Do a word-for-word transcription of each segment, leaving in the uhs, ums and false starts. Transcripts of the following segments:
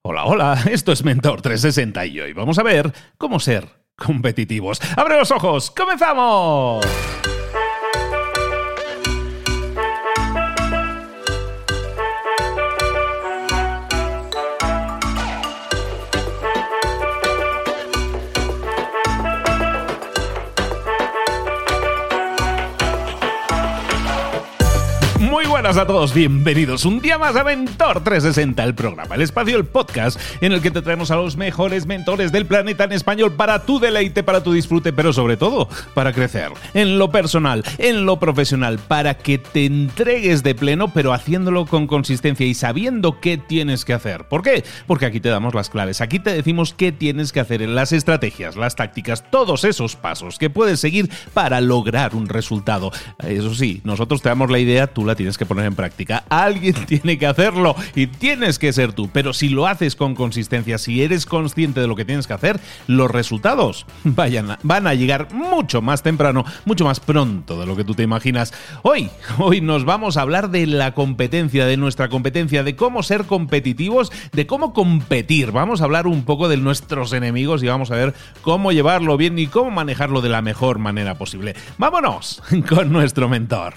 Hola, hola, esto es Mentor trescientos sesenta y hoy vamos a ver cómo ser competitivos. ¡Abre los ojos! ¡Comenzamos! Muy buenas a todos, bienvenidos un día más a Mentor trescientos sesenta, el programa, el espacio, el podcast en el que te traemos a los mejores mentores del planeta en español para tu deleite, para tu disfrute, pero sobre todo para crecer en lo personal, en lo profesional, para que te entregues de pleno, pero haciéndolo con consistencia y sabiendo qué tienes que hacer. ¿Por qué? Porque aquí te damos las claves, aquí te decimos qué tienes que hacer en las estrategias, las tácticas, todos esos pasos que puedes seguir para lograr un resultado. Eso sí, nosotros te damos la idea, tú la tienes que poner en práctica. Alguien tiene que hacerlo y tienes que ser tú. Pero si lo haces con consistencia, si eres consciente de lo que tienes que hacer, los resultados vayan a, van a llegar mucho más temprano, mucho más pronto de lo que tú te imaginas. Hoy, hoy nos vamos a hablar de la competencia, de nuestra competencia, de cómo ser competitivos, de cómo competir. Vamos a hablar un poco de nuestros enemigos y vamos a ver cómo llevarlo bien y cómo manejarlo de la mejor manera posible. ¡Vámonos con nuestro mentor!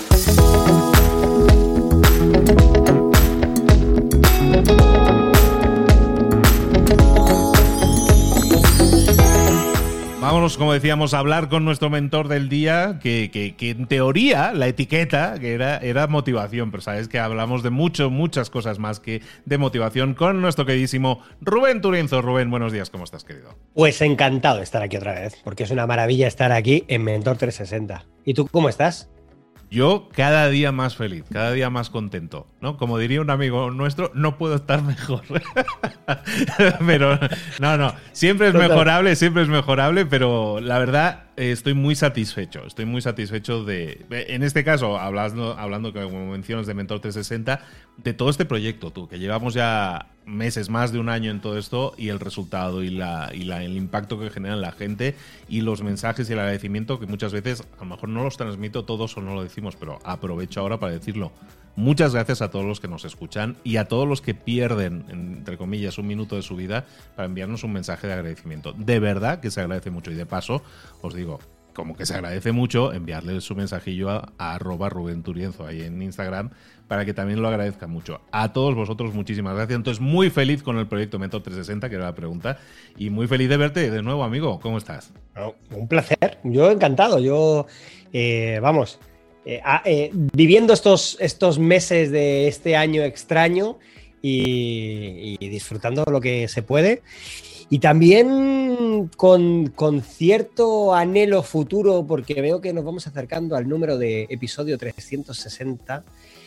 Vámonos, como decíamos, a hablar con nuestro mentor del día, que, que, que en teoría la etiqueta que era, era motivación, pero sabes que hablamos de mucho, muchas cosas más que de motivación con nuestro queridísimo Rubén Turienzo. Rubén, buenos días, ¿cómo estás, querido? Pues encantado de estar aquí otra vez, porque es una maravilla estar aquí en Mentor trescientos sesenta. ¿Y tú cómo estás? Yo cada día más feliz, cada día más contento, ¿no? Como diría un amigo nuestro, no puedo estar mejor. Pero no, no, siempre es mejorable, siempre es mejorable, pero la verdad eh, estoy muy satisfecho, estoy muy satisfecho de, en este caso, hablando, hablando como mencionas de Mentor trescientos sesenta, de todo este proyecto, tú, que llevamos ya meses, más de un año en todo esto y el resultado y, la, y la, el impacto que genera en la gente y los mensajes y el agradecimiento que muchas veces a lo mejor no los transmito todos o no lo decimos, pero aprovecho ahora para decirlo. Muchas gracias a todos los que nos escuchan y a todos los que pierden, entre comillas, un minuto de su vida para enviarnos un mensaje de agradecimiento. De verdad que se agradece mucho y de paso os digo, como que se agradece mucho enviarle su mensajillo a, a arroba Rubén Turienzo ahí en Instagram para que también lo agradezca mucho. A todos vosotros muchísimas gracias. Entonces muy feliz con el proyecto Mentor trescientos sesenta, que era la pregunta, y muy feliz de verte de nuevo, amigo. ¿Cómo estás? Oh, un placer, yo encantado. Yo, eh, vamos, eh, eh, viviendo estos, estos meses de este año extraño y, y disfrutando lo que se puede. Y también con, con cierto anhelo futuro, porque veo que nos vamos acercando al número de episodio trescientos sesenta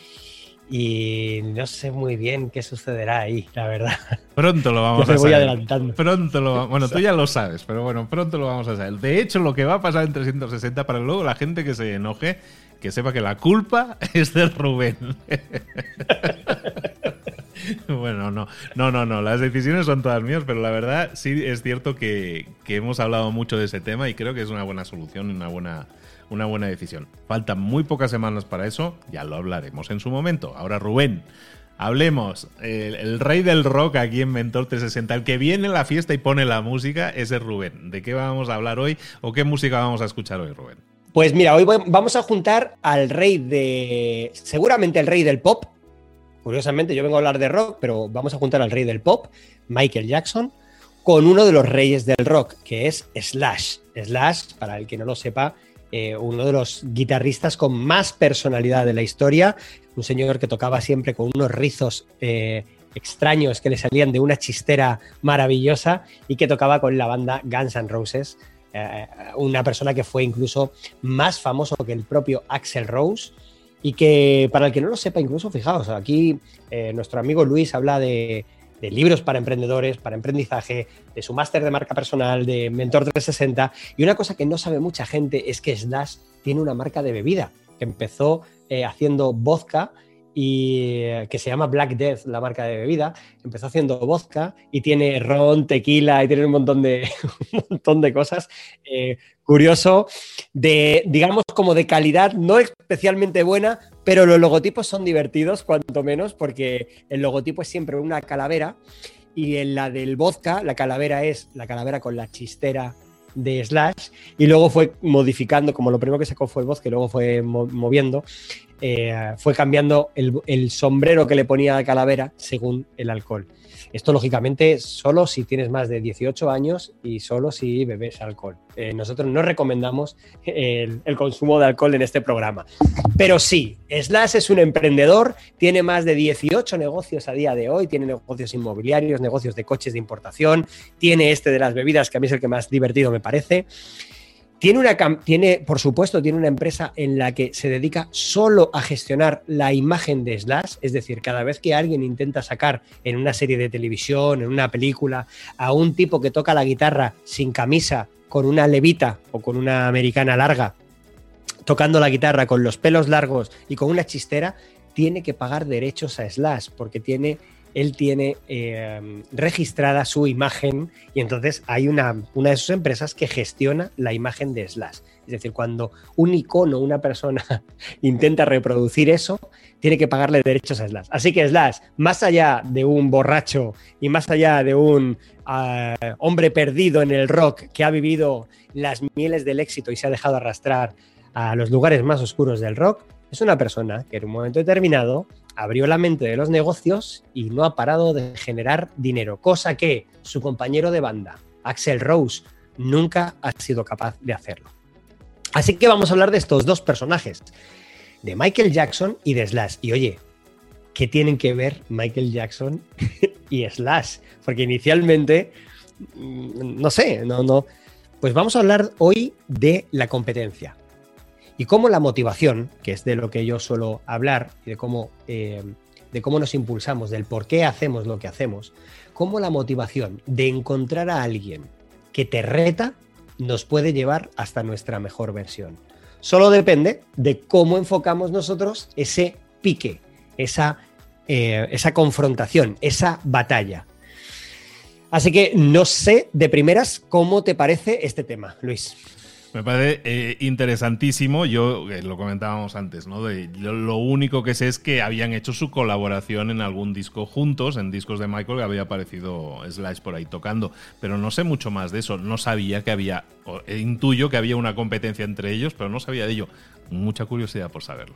y no sé muy bien qué sucederá ahí, la verdad. Pronto lo vamos Yo a me voy saber. adelantando. Pronto lo Bueno, tú ya lo sabes, pero bueno, pronto lo vamos a saber. De hecho, lo que va a pasar en trescientos sesenta, para luego la gente que se enoje, que sepa que la culpa es de Rubén. Bueno, no, no, no, no, las decisiones son todas mías, pero la verdad sí es cierto que, que hemos hablado mucho de ese tema y creo que es una buena solución, una buena, una buena decisión. Faltan muy pocas semanas para eso, ya lo hablaremos en su momento. Ahora, Rubén, hablemos. El, el rey del rock aquí en Mentor trescientos sesenta, el que viene en la fiesta y pone la música, ese es Rubén. ¿De qué vamos a hablar hoy o qué música vamos a escuchar hoy, Rubén? Pues mira, hoy vamos a juntar al rey de... seguramente el rey del pop. Curiosamente, yo vengo a hablar de rock, pero vamos a juntar al rey del pop, Michael Jackson, con uno de los reyes del rock, que es Slash. Slash, para el que no lo sepa, eh, uno de los guitarristas con más personalidad de la historia, un señor que tocaba siempre con unos rizos eh, extraños que le salían de una chistera maravillosa y que tocaba con la banda Guns N' Roses, eh, una persona que fue incluso más famoso que el propio Axl Rose. Y que, para el que no lo sepa, incluso, fijaos, aquí eh, nuestro amigo Luis habla de, de libros para emprendedores, para emprendizaje, de su máster de marca personal, de Mentor trescientos sesenta. Y una cosa que no sabe mucha gente es que Slash tiene una marca de bebida que empezó eh, haciendo vodka y eh, que se llama Black Death, la marca de bebida. Empezó haciendo vodka y tiene ron, tequila y tiene un montón de, un montón de cosas. Eh, curioso, de, digamos, como de calidad no especialmente buena, pero los logotipos son divertidos, cuanto menos, porque el logotipo es siempre una calavera y en la del vodka la calavera es la calavera con la chistera de Slash, y luego fue modificando, como lo primero que sacó fue el vodka y luego fue moviendo, eh, fue cambiando el, el sombrero que le ponía a la calavera según el alcohol. Esto, lógicamente, solo si tienes más de dieciocho años y solo si bebes alcohol. Eh, nosotros no recomendamos el, el consumo de alcohol en este programa. Pero sí, Slash es un emprendedor, tiene más de dieciocho negocios a día de hoy, tiene negocios inmobiliarios, negocios de coches de importación, tiene este de las bebidas, que a mí es el que más divertido me parece. Tiene, una, tiene, por supuesto, tiene una empresa en la que se dedica solo a gestionar la imagen de Slash, es decir, cada vez que alguien intenta sacar en una serie de televisión, en una película, a un tipo que toca la guitarra sin camisa, con una levita o con una americana larga, tocando la guitarra con los pelos largos y con una chistera, tiene que pagar derechos a Slash, porque tiene... él tiene eh, registrada su imagen y entonces hay una, una de sus empresas que gestiona la imagen de Slash. Es decir, cuando un icono, una persona intenta reproducir eso, tiene que pagarle derechos a Slash. Así que Slash, más allá de un borracho y más allá de un uh, hombre perdido en el rock que ha vivido las mieles del éxito y se ha dejado arrastrar a los lugares más oscuros del rock, es una persona que en un momento determinado abrió la mente de los negocios y no ha parado de generar dinero, cosa que su compañero de banda, Axl Rose, nunca ha sido capaz de hacerlo. Así que vamos a hablar de estos dos personajes, de Michael Jackson y de Slash. Y oye, ¿qué tienen que ver Michael Jackson y Slash? Porque inicialmente, no sé, no, no. Pues vamos a hablar hoy de la competencia. Y cómo la motivación, que es de lo que yo suelo hablar, y de cómo, eh, de cómo nos impulsamos, del por qué hacemos lo que hacemos, cómo la motivación de encontrar a alguien que te reta nos puede llevar hasta nuestra mejor versión. Solo depende de cómo enfocamos nosotros ese pique, esa, eh, esa confrontación, esa batalla. Así que no sé de primeras cómo te parece este tema, Luis. Me parece eh, interesantísimo. Yo eh, lo comentábamos antes, ¿no? De, lo, lo único que sé es que habían hecho su colaboración en algún disco juntos, en discos de Michael, que había aparecido Slash por ahí tocando. Pero no sé mucho más de eso. No sabía que había, o, eh, intuyo que había una competencia entre ellos, pero no sabía de ello. Mucha curiosidad por saberlo.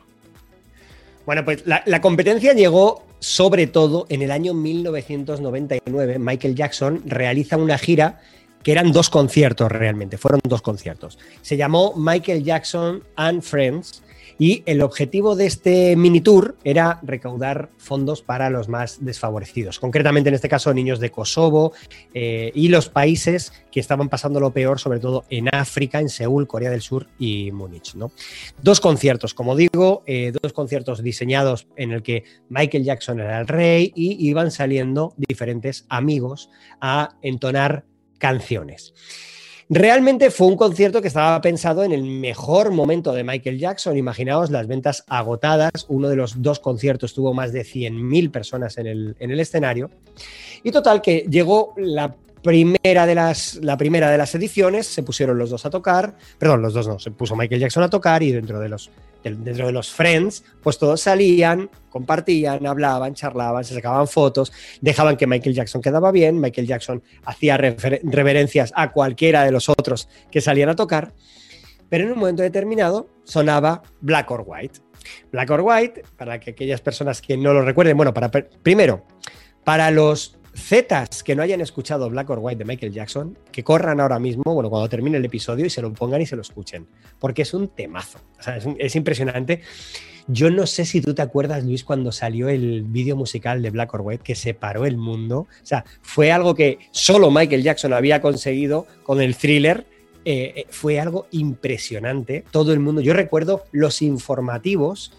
Bueno, pues la, la competencia llegó sobre todo en el año mil novecientos noventa y nueve. Michael Jackson realiza una gira que eran dos conciertos realmente, fueron dos conciertos. Se llamó Michael Jackson and Friends y el objetivo de este mini tour era recaudar fondos para los más desfavorecidos, concretamente en este caso niños de Kosovo eh, y los países que estaban pasando lo peor, sobre todo en África, en Seúl, Corea del Sur y Múnich, ¿no? Dos conciertos, como digo, eh, dos conciertos diseñados en el que Michael Jackson era el rey y iban saliendo diferentes amigos a entonar canciones. Realmente fue un concierto que estaba pensado en el mejor momento de Michael Jackson. Imaginaos las ventas agotadas. Uno de los dos conciertos tuvo más de cien mil personas en el, en el escenario. Y total que llegó la primera, de las, la primera de las ediciones, se pusieron los dos a tocar. Perdón, los dos no, se puso Michael Jackson a tocar y dentro de los, dentro de los Friends, pues todos salían, compartían, hablaban, charlaban, se sacaban fotos, dejaban que Michael Jackson quedaba bien, Michael Jackson hacía refer- reverencias a cualquiera de los otros que salían a tocar, pero en un momento determinado sonaba Black or White. Black or White, para que aquellas personas que no lo recuerden, bueno, para primero, para los Zetas que no hayan escuchado Black or White de Michael Jackson, que corran ahora mismo, bueno, cuando termine el episodio y se lo pongan y se lo escuchen, porque es un temazo, o sea, es, un, es impresionante. Yo no sé si tú te acuerdas, Luis, cuando salió el vídeo musical de Black or White, que separó el mundo, o sea, fue algo que solo Michael Jackson había conseguido con el Thriller. Eh, fue algo impresionante, todo el mundo, yo recuerdo los informativos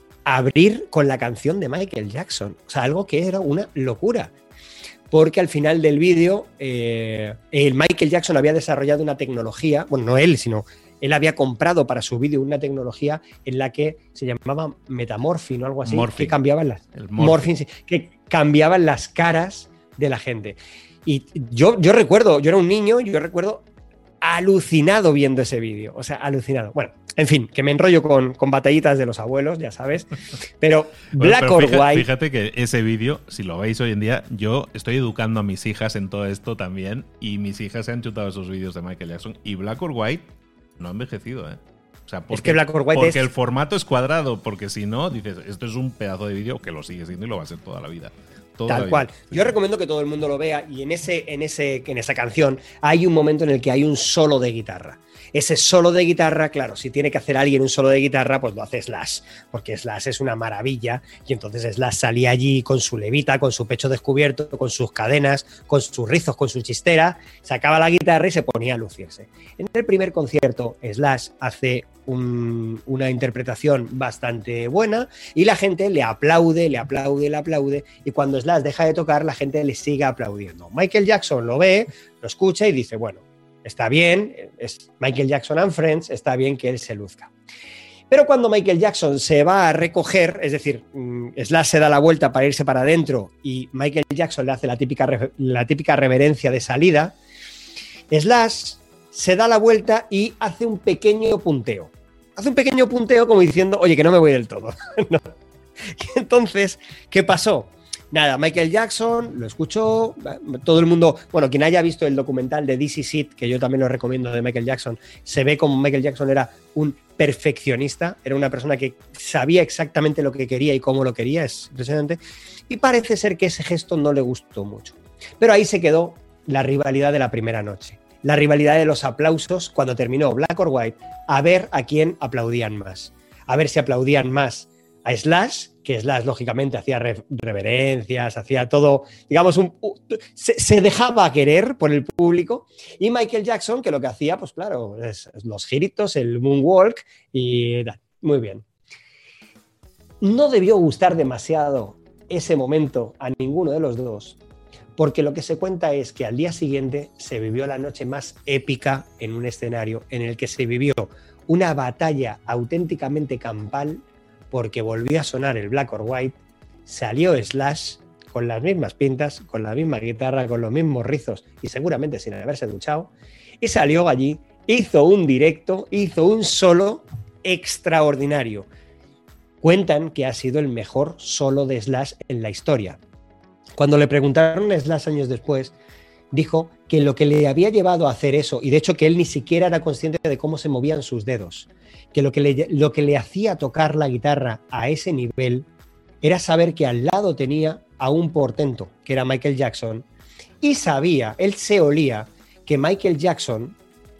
abrir con la canción de Michael Jackson, o sea, algo que era una locura. Porque al final del vídeo, eh, el Michael Jackson había desarrollado una tecnología, bueno, no él, sino él había comprado para su vídeo una tecnología en la que se llamaba Metamorphin o algo así, Morphin. que cambiaban las el Morphin, sí, que cambiaban las caras de la gente. Y yo, yo recuerdo, yo era un niño, yo recuerdo alucinado viendo ese vídeo, o sea, alucinado. Bueno, En fin, que me enrollo con, con batallitas de los abuelos, ya sabes. Pero Black bueno, pero or fíjate, White... Fíjate que ese vídeo, si lo veis hoy en día, yo estoy educando a mis hijas en todo esto también, y mis hijas se han chutado esos vídeos de Michael Jackson, y Black or White no ha envejecido, ¿eh? O sea, porque, es que Black or White porque es... el formato es cuadrado, porque si no, dices, esto es un pedazo de vídeo que lo sigue siendo y lo va a ser toda la vida. Toda Tal la vida. cual. Yo recomiendo que todo el mundo lo vea, y en, ese, en, ese, en esa canción hay un momento en el que hay un solo de guitarra. Ese solo de guitarra, claro, si tiene que hacer alguien un solo de guitarra, pues lo hace Slash, porque Slash es una maravilla, y entonces Slash salía allí con su levita, con su pecho descubierto, con sus cadenas, con sus rizos, con su chistera, sacaba la guitarra y se ponía a lucirse. En el primer concierto, Slash hace un, una interpretación bastante buena y la gente le aplaude, le aplaude, le aplaude, y cuando Slash deja de tocar, la gente le sigue aplaudiendo. Michael Jackson lo ve, lo escucha y dice, bueno, está bien, es Michael Jackson and Friends, está bien que él se luzca. Pero cuando Michael Jackson se va a recoger, es decir, Slash se da la vuelta para irse para adentro y Michael Jackson le hace la típica, la típica reverencia de salida, Slash se da la vuelta y hace un pequeño punteo. Hace un pequeño punteo como diciendo, oye, que no me voy del todo. No. Y entonces, ¿qué pasó? Nada, Michael Jackson lo escuchó, todo el mundo, bueno, quien haya visto el documental de This Is It, que yo también lo recomiendo, de Michael Jackson, se ve como Michael Jackson era un perfeccionista, era una persona que sabía exactamente lo que quería y cómo lo quería, es impresionante, y parece ser que ese gesto no le gustó mucho. Pero ahí se quedó la rivalidad de la primera noche, la rivalidad de los aplausos cuando terminó Black or White, a ver a quién aplaudían más, a ver si aplaudían más a Slash, que Slash lógicamente hacía re reverencias, hacía todo, digamos, un, un, se, se dejaba querer por el público, y Michael Jackson, que lo que hacía, pues claro, es, es los giritos, el moonwalk, y tal. Muy bien. No debió gustar demasiado ese momento a ninguno de los dos, porque lo que se cuenta es que al día siguiente se vivió la noche más épica en un escenario en el que se vivió una batalla auténticamente campal, porque volvió a sonar el Black or White, salió Slash con las mismas pintas, con la misma guitarra, con los mismos rizos y seguramente sin haberse duchado, y salió allí, hizo un directo, hizo un solo extraordinario. Cuentan que ha sido el mejor solo de Slash en la historia. Cuando le preguntaron a Slash años después, dijo que lo que le había llevado a hacer eso, y de hecho que él ni siquiera era consciente de cómo se movían sus dedos, que lo que le, lo que le hacía tocar la guitarra a ese nivel era saber que al lado tenía a un portento, que era Michael Jackson, y sabía, él se olía que Michael Jackson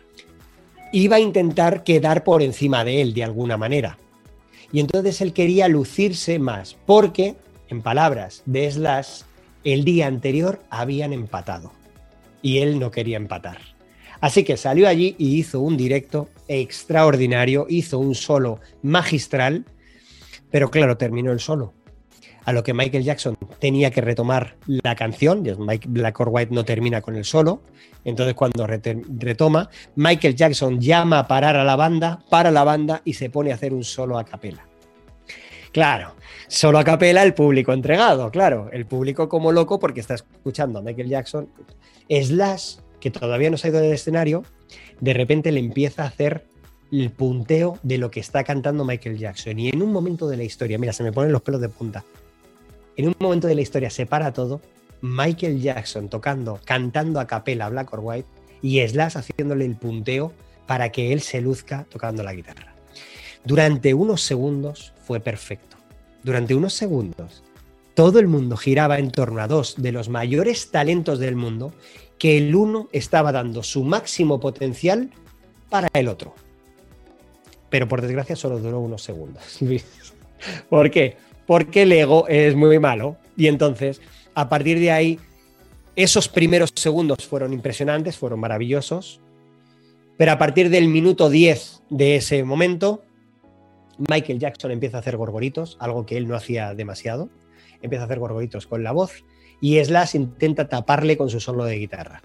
iba a intentar quedar por encima de él de alguna manera. Y entonces él quería lucirse más, porque, en palabras de Slash, el día anterior habían empatado y él no quería empatar. Así que salió allí y hizo un directo extraordinario, hizo un solo magistral, pero claro, terminó el solo. A lo que Michael Jackson tenía que retomar la canción, Black or White no termina con el solo, entonces cuando retoma, Michael Jackson llama a parar a la banda, para la banda y se pone a hacer un solo a capela. Claro, solo a capela el público entregado, claro, el público como loco porque está escuchando a Michael Jackson. Slash, que todavía no se ha ido del escenario, de repente le empieza a hacer el punteo de lo que está cantando Michael Jackson. Y en un momento de la historia, mira, se me ponen los pelos de punta, en un momento de la historia se para todo, Michael Jackson tocando, cantando a capela Black or White y Slash haciéndole el punteo para que él se luzca tocando la guitarra. Durante unos segundos fue perfecto. Durante unos segundos todo el mundo giraba en torno a dos de los mayores talentos del mundo, que el uno estaba dando su máximo potencial para el otro. Pero por desgracia solo duró unos segundos. ¿Por qué? Porque el ego es muy malo y entonces a partir de ahí esos primeros segundos fueron impresionantes, fueron maravillosos, pero a partir del minuto diez de ese momento Michael Jackson empieza a hacer gorgoritos, algo que él no hacía demasiado, empieza a hacer gorgoritos con la voz y Slash intenta taparle con su solo de guitarra.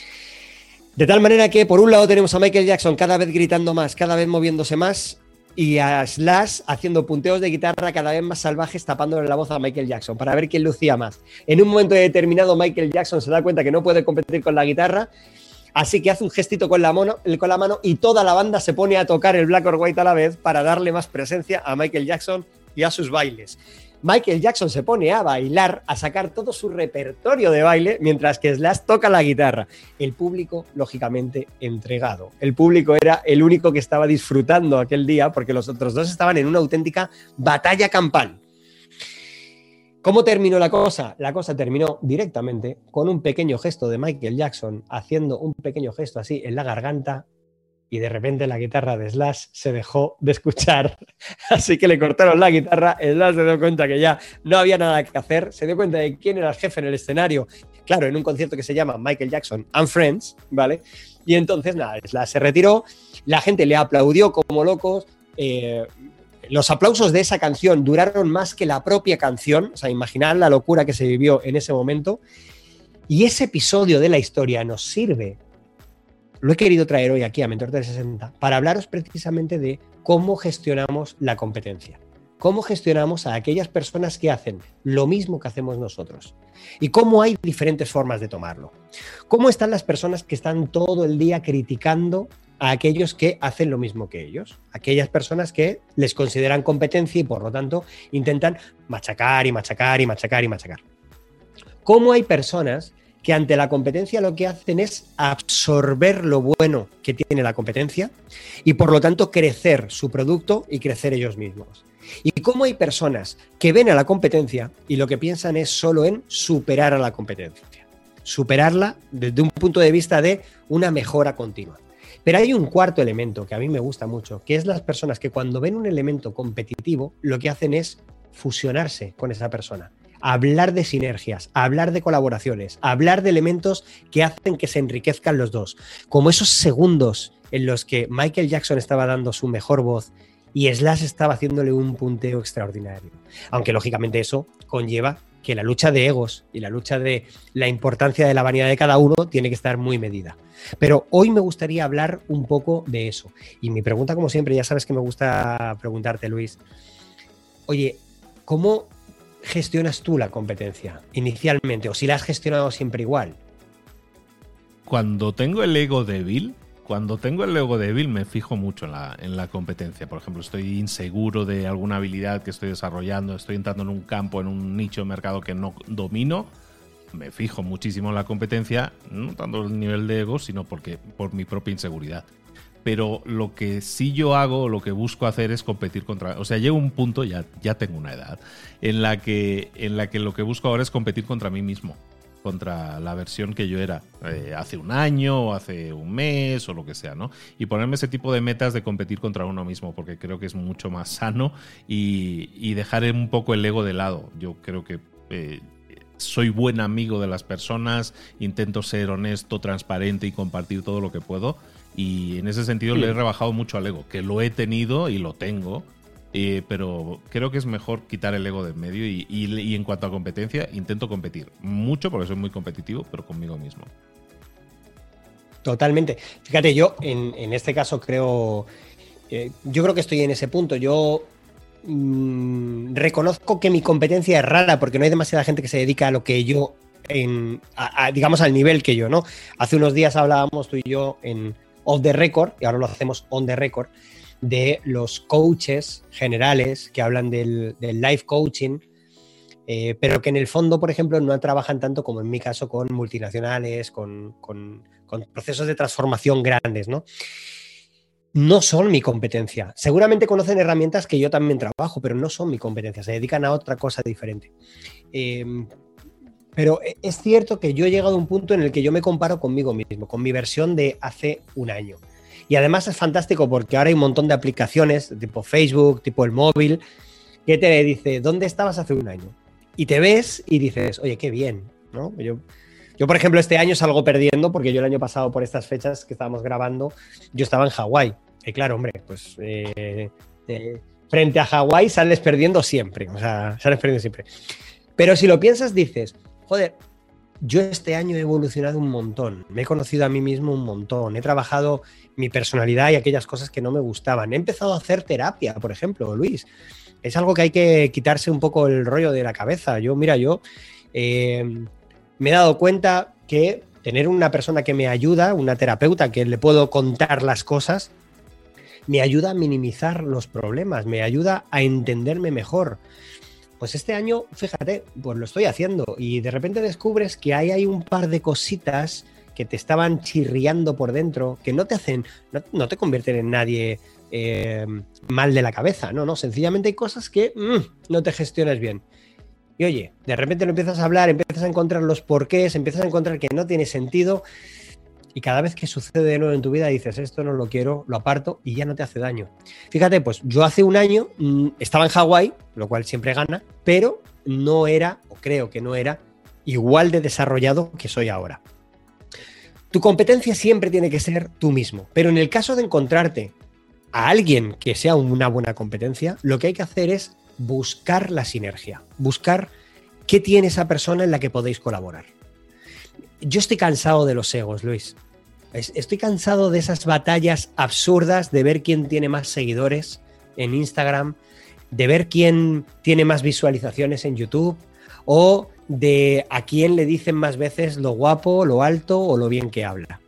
De tal manera que por un lado tenemos a Michael Jackson cada vez gritando más, cada vez moviéndose más, y a Slash haciendo punteos de guitarra cada vez más salvajes, tapándole la voz a Michael Jackson para ver quién lucía más. En un momento determinado Michael Jackson se da cuenta que no puede competir con la guitarra, Así que hace un gestito con la, mono, con la mano y toda la banda se pone a tocar el Black or White a la vez para darle más presencia a Michael Jackson y a sus bailes. Michael Jackson se pone a bailar, a sacar todo su repertorio de baile, mientras que Slash toca la guitarra. El público, lógicamente, entregado. El público era el único que estaba disfrutando aquel día, porque los otros dos estaban en una auténtica batalla campal. ¿Cómo terminó la cosa? La cosa terminó directamente con un pequeño gesto de Michael Jackson, haciendo un pequeño gesto así en la garganta, y de repente la guitarra de Slash se dejó de escuchar. Así que le cortaron la guitarra, Slash se dio cuenta que ya no había nada que hacer, se dio cuenta de quién era el jefe en el escenario, claro, en un concierto que se llama Michael Jackson and Friends, ¿vale? Y entonces, nada, Slash se retiró, la gente le aplaudió como locos, eh, los aplausos de esa canción duraron más que la propia canción, o sea, imaginad la locura que se vivió en ese momento, y ese episodio de la historia nos sirve. Lo he querido traer hoy aquí a Mentor trescientos sesenta para hablaros precisamente de cómo gestionamos la competencia, cómo gestionamos a aquellas personas que hacen lo mismo que hacemos nosotros y cómo hay diferentes formas de tomarlo. Cómo están las personas que están todo el día criticando a aquellos que hacen lo mismo que ellos, aquellas personas que les consideran competencia y por lo tanto intentan machacar y machacar y machacar y machacar. Cómo hay personas que ante la competencia lo que hacen es absorber lo bueno que tiene la competencia y por lo tanto crecer su producto y crecer ellos mismos. Y cómo hay personas que ven a la competencia y lo que piensan es solo en superar a la competencia, superarla desde un punto de vista de una mejora continua. Pero hay un cuarto elemento que a mí me gusta mucho, que es las personas que cuando ven un elemento competitivo lo que hacen es fusionarse con esa persona. Hablar de sinergias, hablar de colaboraciones, hablar de elementos que hacen que se enriquezcan los dos. Como esos segundos en los que Michael Jackson estaba dando su mejor voz y Slash estaba haciéndole un punteo extraordinario. Aunque lógicamente eso conlleva que la lucha de egos y la lucha de la importancia de la vanidad de cada uno tiene que estar muy medida. Pero hoy me gustaría hablar un poco de eso. Y mi pregunta, como siempre, ya sabes que me gusta preguntarte, Luis. Oye, ¿cómo gestionas tú la competencia inicialmente? O si la has gestionado siempre igual. Cuando tengo el ego débil, cuando tengo el ego débil me fijo mucho en la, en la competencia. Por ejemplo, estoy inseguro de alguna habilidad que estoy desarrollando, estoy entrando en un campo, en un nicho de mercado que no domino, me fijo muchísimo en la competencia, no tanto el nivel de ego, sino porque por mi propia inseguridad. Pero lo que sí yo hago, lo que busco hacer es competir contra... O sea, llego a un punto, ya, ya tengo una edad, en la, que, en la que lo que busco ahora es competir contra mí mismo, contra la versión que yo era eh, hace un año o hace un mes o lo que sea, ¿no? Y ponerme ese tipo de metas de competir contra uno mismo, porque creo que es mucho más sano y, y dejar un poco el ego de lado. Yo creo que... Eh, soy buen amigo de las personas, intento ser honesto, transparente y compartir todo lo que puedo. Y en ese sentido sí. Le he rebajado mucho al ego, que lo he tenido y lo tengo, eh, pero creo que es mejor quitar el ego de en medio y, y, y en cuanto a competencia, intento competir mucho porque soy muy competitivo, pero conmigo mismo. Totalmente. Fíjate, yo en, en este caso creo, eh, yo creo que estoy en ese punto. Yo mmm, reconozco que mi competencia es rara porque no hay demasiada gente que se dedica a lo que yo, en, a, a, digamos al nivel que yo, ¿no? Hace unos días hablábamos tú y yo en off the record, y ahora lo hacemos on the record, de los coaches generales que hablan del, del life coaching, eh, pero que en el fondo, por ejemplo, no trabajan tanto como en mi caso con multinacionales, con, con, con procesos de transformación grandes, ¿no? No son mi competencia. Seguramente conocen herramientas que yo también trabajo, pero no son mi competencia, se dedican a otra cosa diferente. Eh, Pero es cierto que yo he llegado a un punto en el que yo me comparo conmigo mismo, con mi versión de hace un año. Y además es fantástico porque ahora hay un montón de aplicaciones, tipo Facebook, tipo el móvil, que te dice, ¿dónde estabas hace un año? Y te ves y dices, oye, qué bien, ¿no? Yo, yo, por ejemplo, este año salgo perdiendo porque yo el año pasado, por estas fechas que estábamos grabando, yo estaba en Hawái. Y claro, hombre, pues eh, eh, frente a Hawái sales perdiendo siempre, o sea, sales perdiendo siempre. Pero si lo piensas, dices, joder, yo este año he evolucionado un montón, me he conocido a mí mismo un montón, he trabajado mi personalidad y aquellas cosas que no me gustaban. He empezado a hacer terapia, por ejemplo, Luis. Es algo que hay que quitarse un poco el rollo de la cabeza. Yo, mira, yo eh, me he dado cuenta que tener una persona que me ayuda, una terapeuta que le puedo contar las cosas, me ayuda a minimizar los problemas, me ayuda a entenderme mejor. Pues este año, fíjate, pues lo estoy haciendo y de repente descubres que hay, hay un par de cositas que te estaban chirriando por dentro, que no te hacen, no, no te convierten en nadie eh, mal de la cabeza, no, no, sencillamente hay cosas que mmm, no te gestionas bien. Y oye, de repente lo empiezas a hablar, empiezas a encontrar los porqués, empiezas a encontrar que no tiene sentido y cada vez que sucede de nuevo en tu vida dices, esto no lo quiero, lo aparto y ya no te hace daño. Fíjate, pues yo hace un año mmm, estaba en Hawái, lo cual siempre gana, pero no era, o creo que no era, igual de desarrollado que soy ahora. Tu competencia siempre tiene que ser tú mismo, pero en el caso de encontrarte a alguien que sea una buena competencia, lo que hay que hacer es buscar la sinergia, buscar qué tiene esa persona en la que podéis colaborar. Yo estoy cansado de los egos, Luis. Estoy cansado de esas batallas absurdas de ver quién tiene más seguidores en Instagram, de ver quién tiene más visualizaciones en YouTube o de a quién le dicen más veces lo guapo, lo alto o lo bien que habla.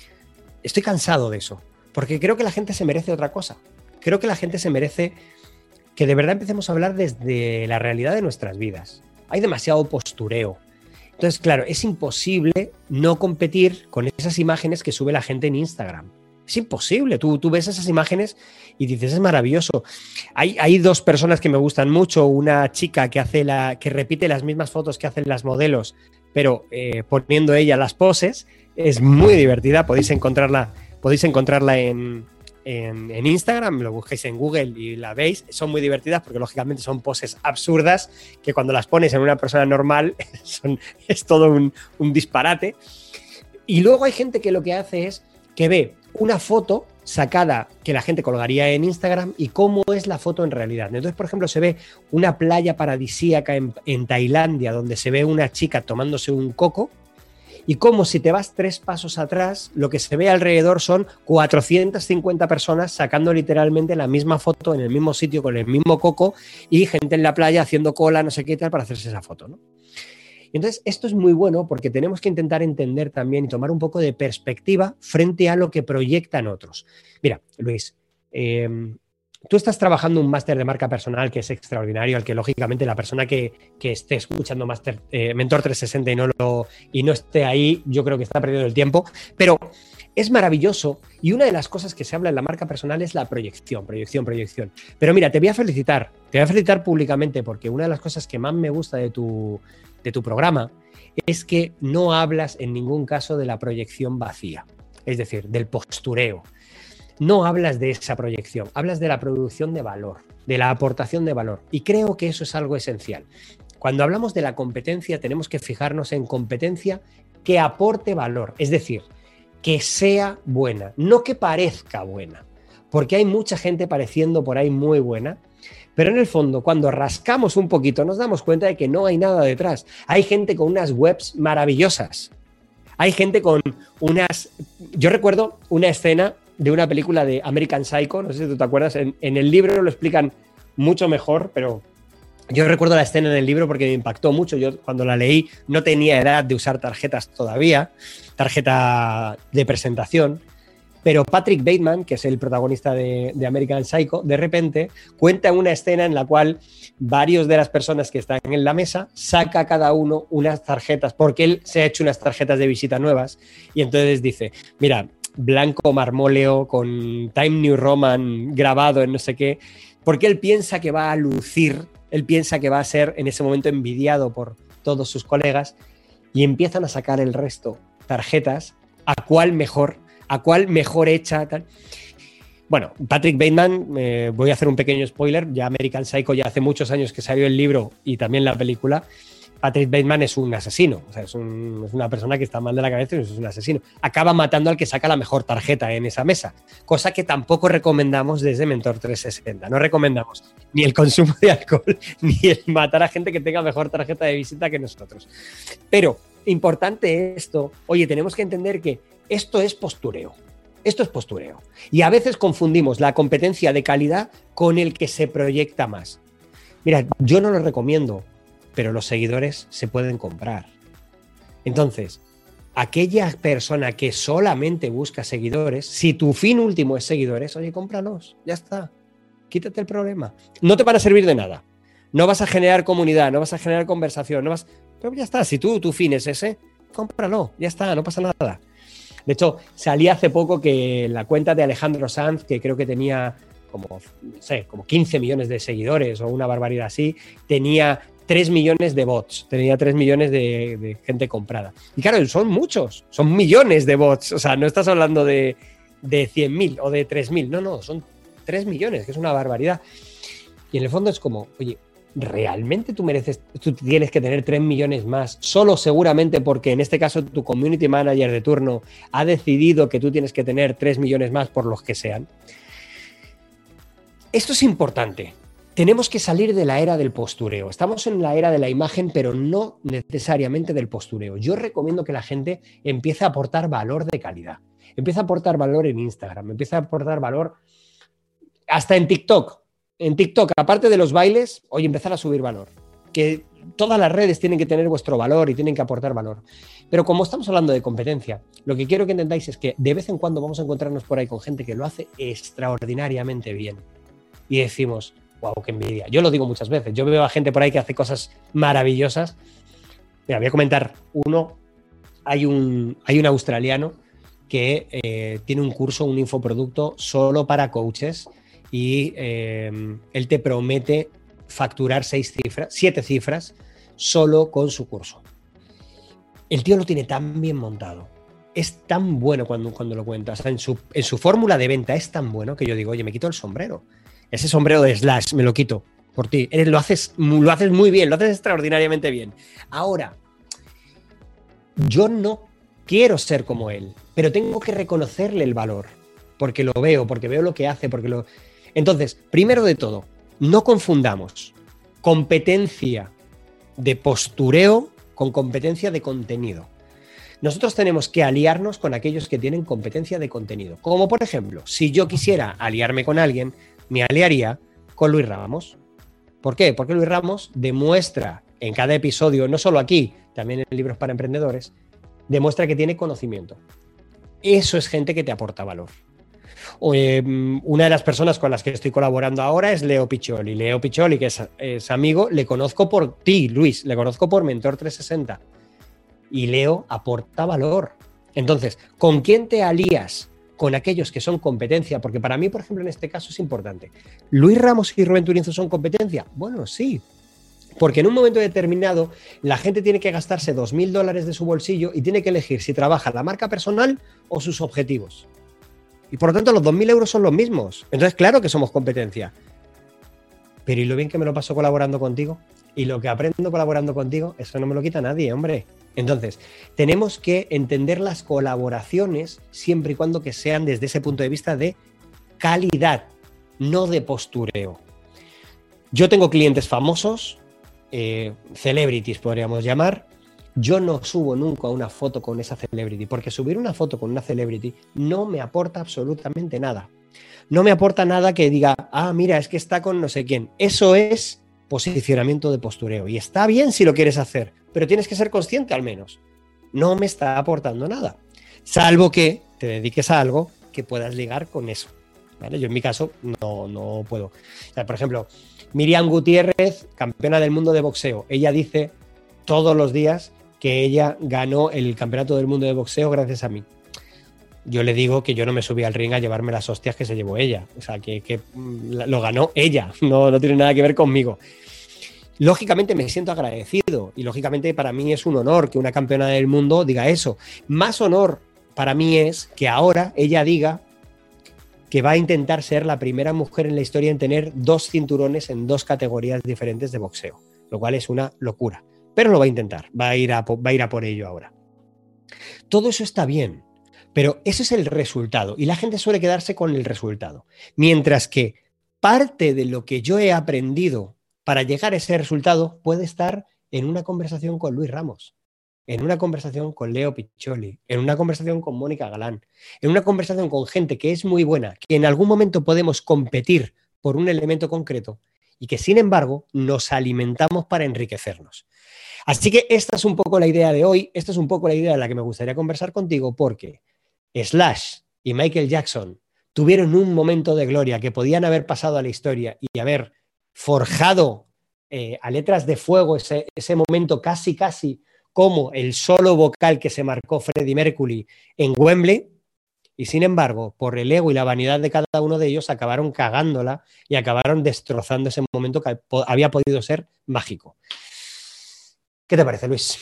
Estoy cansado de eso, porque creo que la gente se merece otra cosa. Creo que la gente se merece que de verdad empecemos a hablar desde la realidad de nuestras vidas. Hay demasiado postureo. Entonces, claro, es imposible no competir con esas imágenes que sube la gente en Instagram. Es imposible. Tú, tú ves esas imágenes y dices, es maravilloso. Hay, hay dos personas que me gustan mucho. Una chica que, hace la, que repite las mismas fotos que hacen las modelos, pero eh, poniendo ella las poses. Es muy divertida. Podéis encontrarla, podéis encontrarla en, en, en Instagram. Lo busquéis en Google y la veis. Son muy divertidas porque, lógicamente, son poses absurdas que cuando las pones en una persona normal son, es todo un, un disparate. Y luego hay gente que lo que hace es que ve una foto sacada que la gente colgaría en Instagram y cómo es la foto en realidad. Entonces, por ejemplo, se ve una playa paradisíaca en, en Tailandia donde se ve una chica tomándose un coco y como si te vas tres pasos atrás, lo que se ve alrededor son cuatrocientas cincuenta personas sacando literalmente la misma foto en el mismo sitio con el mismo coco y gente en la playa haciendo cola, no sé qué tal, para hacerse esa foto, ¿no? Entonces, esto es muy bueno porque tenemos que intentar entender también y tomar un poco de perspectiva frente a lo que proyectan otros. Mira, Luis, eh, tú estás trabajando un máster de marca personal que es extraordinario, al que lógicamente la persona que, que esté escuchando Master, eh, Mentor trescientos sesenta y no, lo, y no esté ahí, yo creo que está perdiendo el tiempo, pero es maravilloso y una de las cosas que se habla en la marca personal es la proyección, proyección, proyección. Pero mira, te voy a felicitar, te voy a felicitar públicamente porque una de las cosas que más me gusta de tu... de tu programa, es que no hablas en ningún caso de la proyección vacía, es decir, del postureo. No hablas de esa proyección, hablas de la producción de valor, de la aportación de valor. Y creo que eso es algo esencial. Cuando hablamos de la competencia, tenemos que fijarnos en competencia que aporte valor, es decir, que sea buena, no que parezca buena, porque hay mucha gente pareciendo por ahí muy buena. Pero en el fondo, cuando rascamos un poquito, nos damos cuenta de que no hay nada detrás. Hay gente con unas webs maravillosas. Hay gente con unas... Yo recuerdo una escena de una película de American Psycho, no sé si tú te acuerdas, en, en el libro lo explican mucho mejor, pero yo recuerdo la escena en el libro porque me impactó mucho. Yo cuando la leí no tenía edad de usar tarjetas todavía, tarjeta de presentación. Pero Patrick Bateman, que es el protagonista de, de American Psycho, de repente cuenta una escena en la cual varios de las personas que están en la mesa saca cada uno unas tarjetas, porque él se ha hecho unas tarjetas de visita nuevas y entonces dice, mira, blanco marmóleo con Time New Roman grabado en no sé qué, porque él piensa que va a lucir, él piensa que va a ser en ese momento envidiado por todos sus colegas y empiezan a sacar el resto tarjetas a cuál mejor a cuál mejor hecha, tal. Bueno, Patrick Bateman, eh, voy a hacer un pequeño spoiler, ya American Psycho ya hace muchos años que salió el libro y también la película. Patrick Bateman es un asesino, o sea, es, un, es una persona que está mal de la cabeza y es un asesino. Acaba matando al que saca la mejor tarjeta en esa mesa, cosa que tampoco recomendamos desde Mentor trescientos sesenta. No recomendamos ni el consumo de alcohol ni el matar a gente que tenga mejor tarjeta de visita que nosotros. Pero, importante esto, oye, tenemos que entender que esto es postureo. Esto es postureo. Y a veces confundimos la competencia de calidad con el que se proyecta más. Mira, yo no lo recomiendo, pero los seguidores se pueden comprar. Entonces, aquella persona que solamente busca seguidores, si tu fin último es seguidores, oye, cómpralos, ya está, quítate el problema. No te van a servir de nada, no vas a generar comunidad, no vas a generar conversación, no vas... pero ya está, si tú, tu fin es ese, cómpralo, ya está, no pasa nada. De hecho, salí hace poco que la cuenta de Alejandro Sanz, que creo que tenía como, no sé, como quince millones de seguidores o una barbaridad así, tenía tres millones de bots, tenía tres millones de, de gente comprada. Y claro, son muchos, son millones de bots, o sea, no estás hablando de, de cien mil o de tres mil, no, no, son tres millones, que es una barbaridad. Y en el fondo es como, oye, ¿realmente tú mereces, tú tienes que tener tres millones más solo seguramente porque en este caso tu community manager de turno ha decidido que tú tienes que tener tres millones más por los que sean? Esto es importante. Tenemos que salir de la era del postureo. Estamos en la era de la imagen, pero no necesariamente del postureo. Yo recomiendo que la gente empiece a aportar valor de calidad. Empiece a aportar valor en Instagram, empiece a aportar valor hasta en TikTok. En TikTok, aparte de los bailes, oye, empezar a subir valor. Que todas las redes tienen que tener vuestro valor y tienen que aportar valor. Pero como estamos hablando de competencia, lo que quiero que entendáis es que de vez en cuando vamos a encontrarnos por ahí con gente que lo hace extraordinariamente bien. Y decimos, wow, qué envidia. Yo lo digo muchas veces. Yo veo a gente por ahí que hace cosas maravillosas. Mira, voy a comentar uno. Hay un, hay un australiano que eh, tiene un curso, un infoproducto solo para coaches y eh, él te promete facturar seis cifras, siete cifras solo con su curso. El tío lo tiene tan bien montado. Es tan bueno cuando, cuando lo cuenta. O sea, en su, en su fórmula de venta es tan bueno que yo digo, oye, me quito el sombrero. Ese sombrero de Slash me lo quito por ti. Eres, lo, haces, lo haces muy bien, lo haces extraordinariamente bien. Ahora, yo no quiero ser como él, pero tengo que reconocerle el valor, porque lo veo, porque veo lo que hace, porque lo... Entonces, primero de todo, no confundamos competencia de postureo con competencia de contenido. Nosotros tenemos que aliarnos con aquellos que tienen competencia de contenido. Como por ejemplo, si yo quisiera aliarme con alguien, me aliaría con Luis Ramos. ¿Por qué? Porque Luis Ramos demuestra en cada episodio, no solo aquí, también en Libros para Emprendedores, demuestra que tiene conocimiento. Eso es gente que te aporta valor. O, eh, una de las personas con las que estoy colaborando ahora es Leo Piccioli. Leo Piccioli, que es, es amigo, le conozco por ti, Luis, le conozco por Mentor trescientos sesenta. Y Leo aporta valor. Entonces, ¿con quién te alías? Con aquellos que son competencia, porque para mí, por ejemplo, en este caso es importante. ¿Luis Ramos y Rubén Turienzo son competencia? Bueno, sí, porque en un momento determinado la gente tiene que gastarse dos mil dólares de su bolsillo y tiene que elegir si trabaja la marca personal o sus objetivos. Y por lo tanto los dos mil euros son los mismos. Entonces, claro que somos competencia. Pero ¿y lo bien que me lo paso colaborando contigo? Y lo que aprendo colaborando contigo, eso no me lo quita nadie, hombre. Entonces, tenemos que entender las colaboraciones siempre y cuando que sean desde ese punto de vista de calidad, no de postureo. Yo tengo clientes famosos, eh, celebrities podríamos llamar. Yo no subo nunca una foto con esa celebrity, porque subir una foto con una celebrity no me aporta absolutamente nada. No me aporta nada que diga, ah, mira, es que está con no sé quién. Eso es posicionamiento de postureo. Y está bien si lo quieres hacer, pero tienes que ser consciente al menos. No me está aportando nada. Salvo que te dediques a algo que puedas ligar con eso. ¿Vale? Yo en mi caso no, no puedo. O sea, por ejemplo, Miriam Gutiérrez, campeona del mundo de boxeo. Ella dice todos los días que ella ganó el campeonato del mundo de boxeo gracias a mí. Yo le digo que yo no me subí al ring a llevarme las hostias que se llevó ella. O sea, que, que lo ganó ella. No, no tiene nada que ver conmigo. Lógicamente me siento agradecido y lógicamente para mí es un honor que una campeona del mundo diga eso. Más honor para mí es que ahora ella diga que va a intentar ser la primera mujer en la historia en tener dos cinturones en dos categorías diferentes de boxeo, lo cual es una locura. Pero lo va a intentar, va a ir a, va a, ir a por ello ahora. Todo eso está bien, pero ese es el resultado y la gente suele quedarse con el resultado. Mientras que parte de lo que yo he aprendido para llegar a ese resultado puede estar en una conversación con Luis Ramos, en una conversación con Leo Piccioli, en una conversación con Mónica Galán, en una conversación con gente que es muy buena, que en algún momento podemos competir por un elemento concreto y que sin embargo nos alimentamos para enriquecernos. Así que esta es un poco la idea de hoy, esta es un poco la idea de la que me gustaría conversar contigo, porque Slash y Michael Jackson tuvieron un momento de gloria que podían haber pasado a la historia y haber forjado eh, a letras de fuego ese, ese momento casi casi como el solo vocal que se marcó Freddie Mercury en Wembley, y sin embargo, por el ego y la vanidad de cada uno de ellos, acabaron cagándola y acabaron destrozando ese momento que había podido ser mágico. ¿Qué te parece, Luis?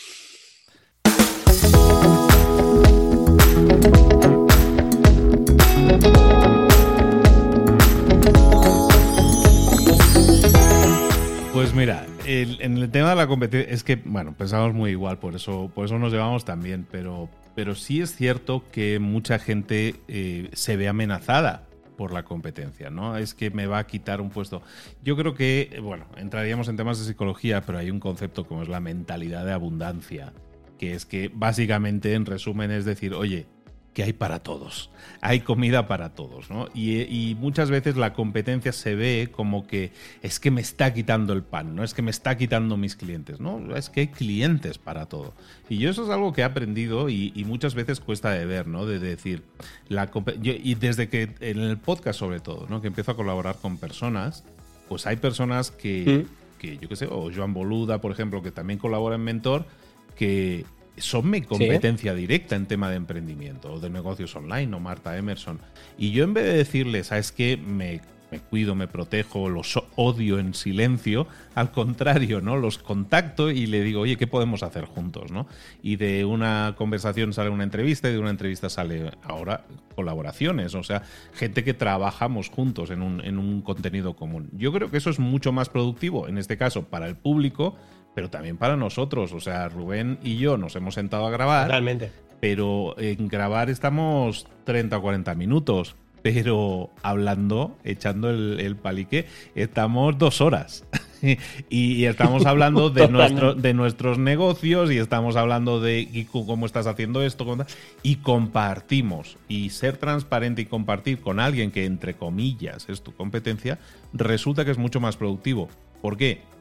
Pues mira, el, en el tema de la competencia es que, bueno, pensamos muy igual, por eso, por eso nos llevamos tan bien, pero, pero sí es cierto que mucha gente eh, se ve amenazada por la competencia, ¿no? Es que me va a quitar un puesto. Yo creo que, bueno, entraríamos en temas de psicología, pero hay un concepto como es la mentalidad de abundancia, que es que básicamente, en resumen, es decir, oye, que hay para todos, hay comida para todos, ¿no? Y, y muchas veces la competencia se ve como que es que me está quitando el pan, no es que me está quitando mis clientes, no, es que hay clientes para todo. Y yo eso es algo que he aprendido y, y muchas veces cuesta de ver, ¿no? De decir, la yo, y desde que en el podcast sobre todo, ¿no? Que empiezo a colaborar con personas, pues hay personas que, ¿Mm? que yo qué sé, o Joan Boluda, por ejemplo, que también colabora en Mentor, que son mi competencia ¿Sí? directa en tema de emprendimiento o de negocios online, o Marta Emerson. Y yo, en vez de decirles, ¿sabes qué? Me, me cuido, me protejo, los odio en silencio, al contrario, ¿no? Los contacto y le digo, oye, ¿qué podemos hacer juntos, ¿no? Y de una conversación sale una entrevista y de una entrevista sale ahora colaboraciones, o sea, gente que trabajamos juntos en un, en un contenido común. Yo creo que eso es mucho más productivo, en este caso, para el público, pero también para nosotros. O sea, Rubén y yo nos hemos sentado a grabar. Realmente. Pero en grabar estamos treinta o cuarenta minutos. Pero hablando, echando el, el palique, estamos dos horas. y estamos hablando de, nuestro, de nuestros negocios y estamos hablando de cómo estás haciendo esto. Cómo, y compartimos. Y ser transparente y compartir con alguien que, entre comillas, es tu competencia, resulta que es mucho más productivo. ¿Por qué?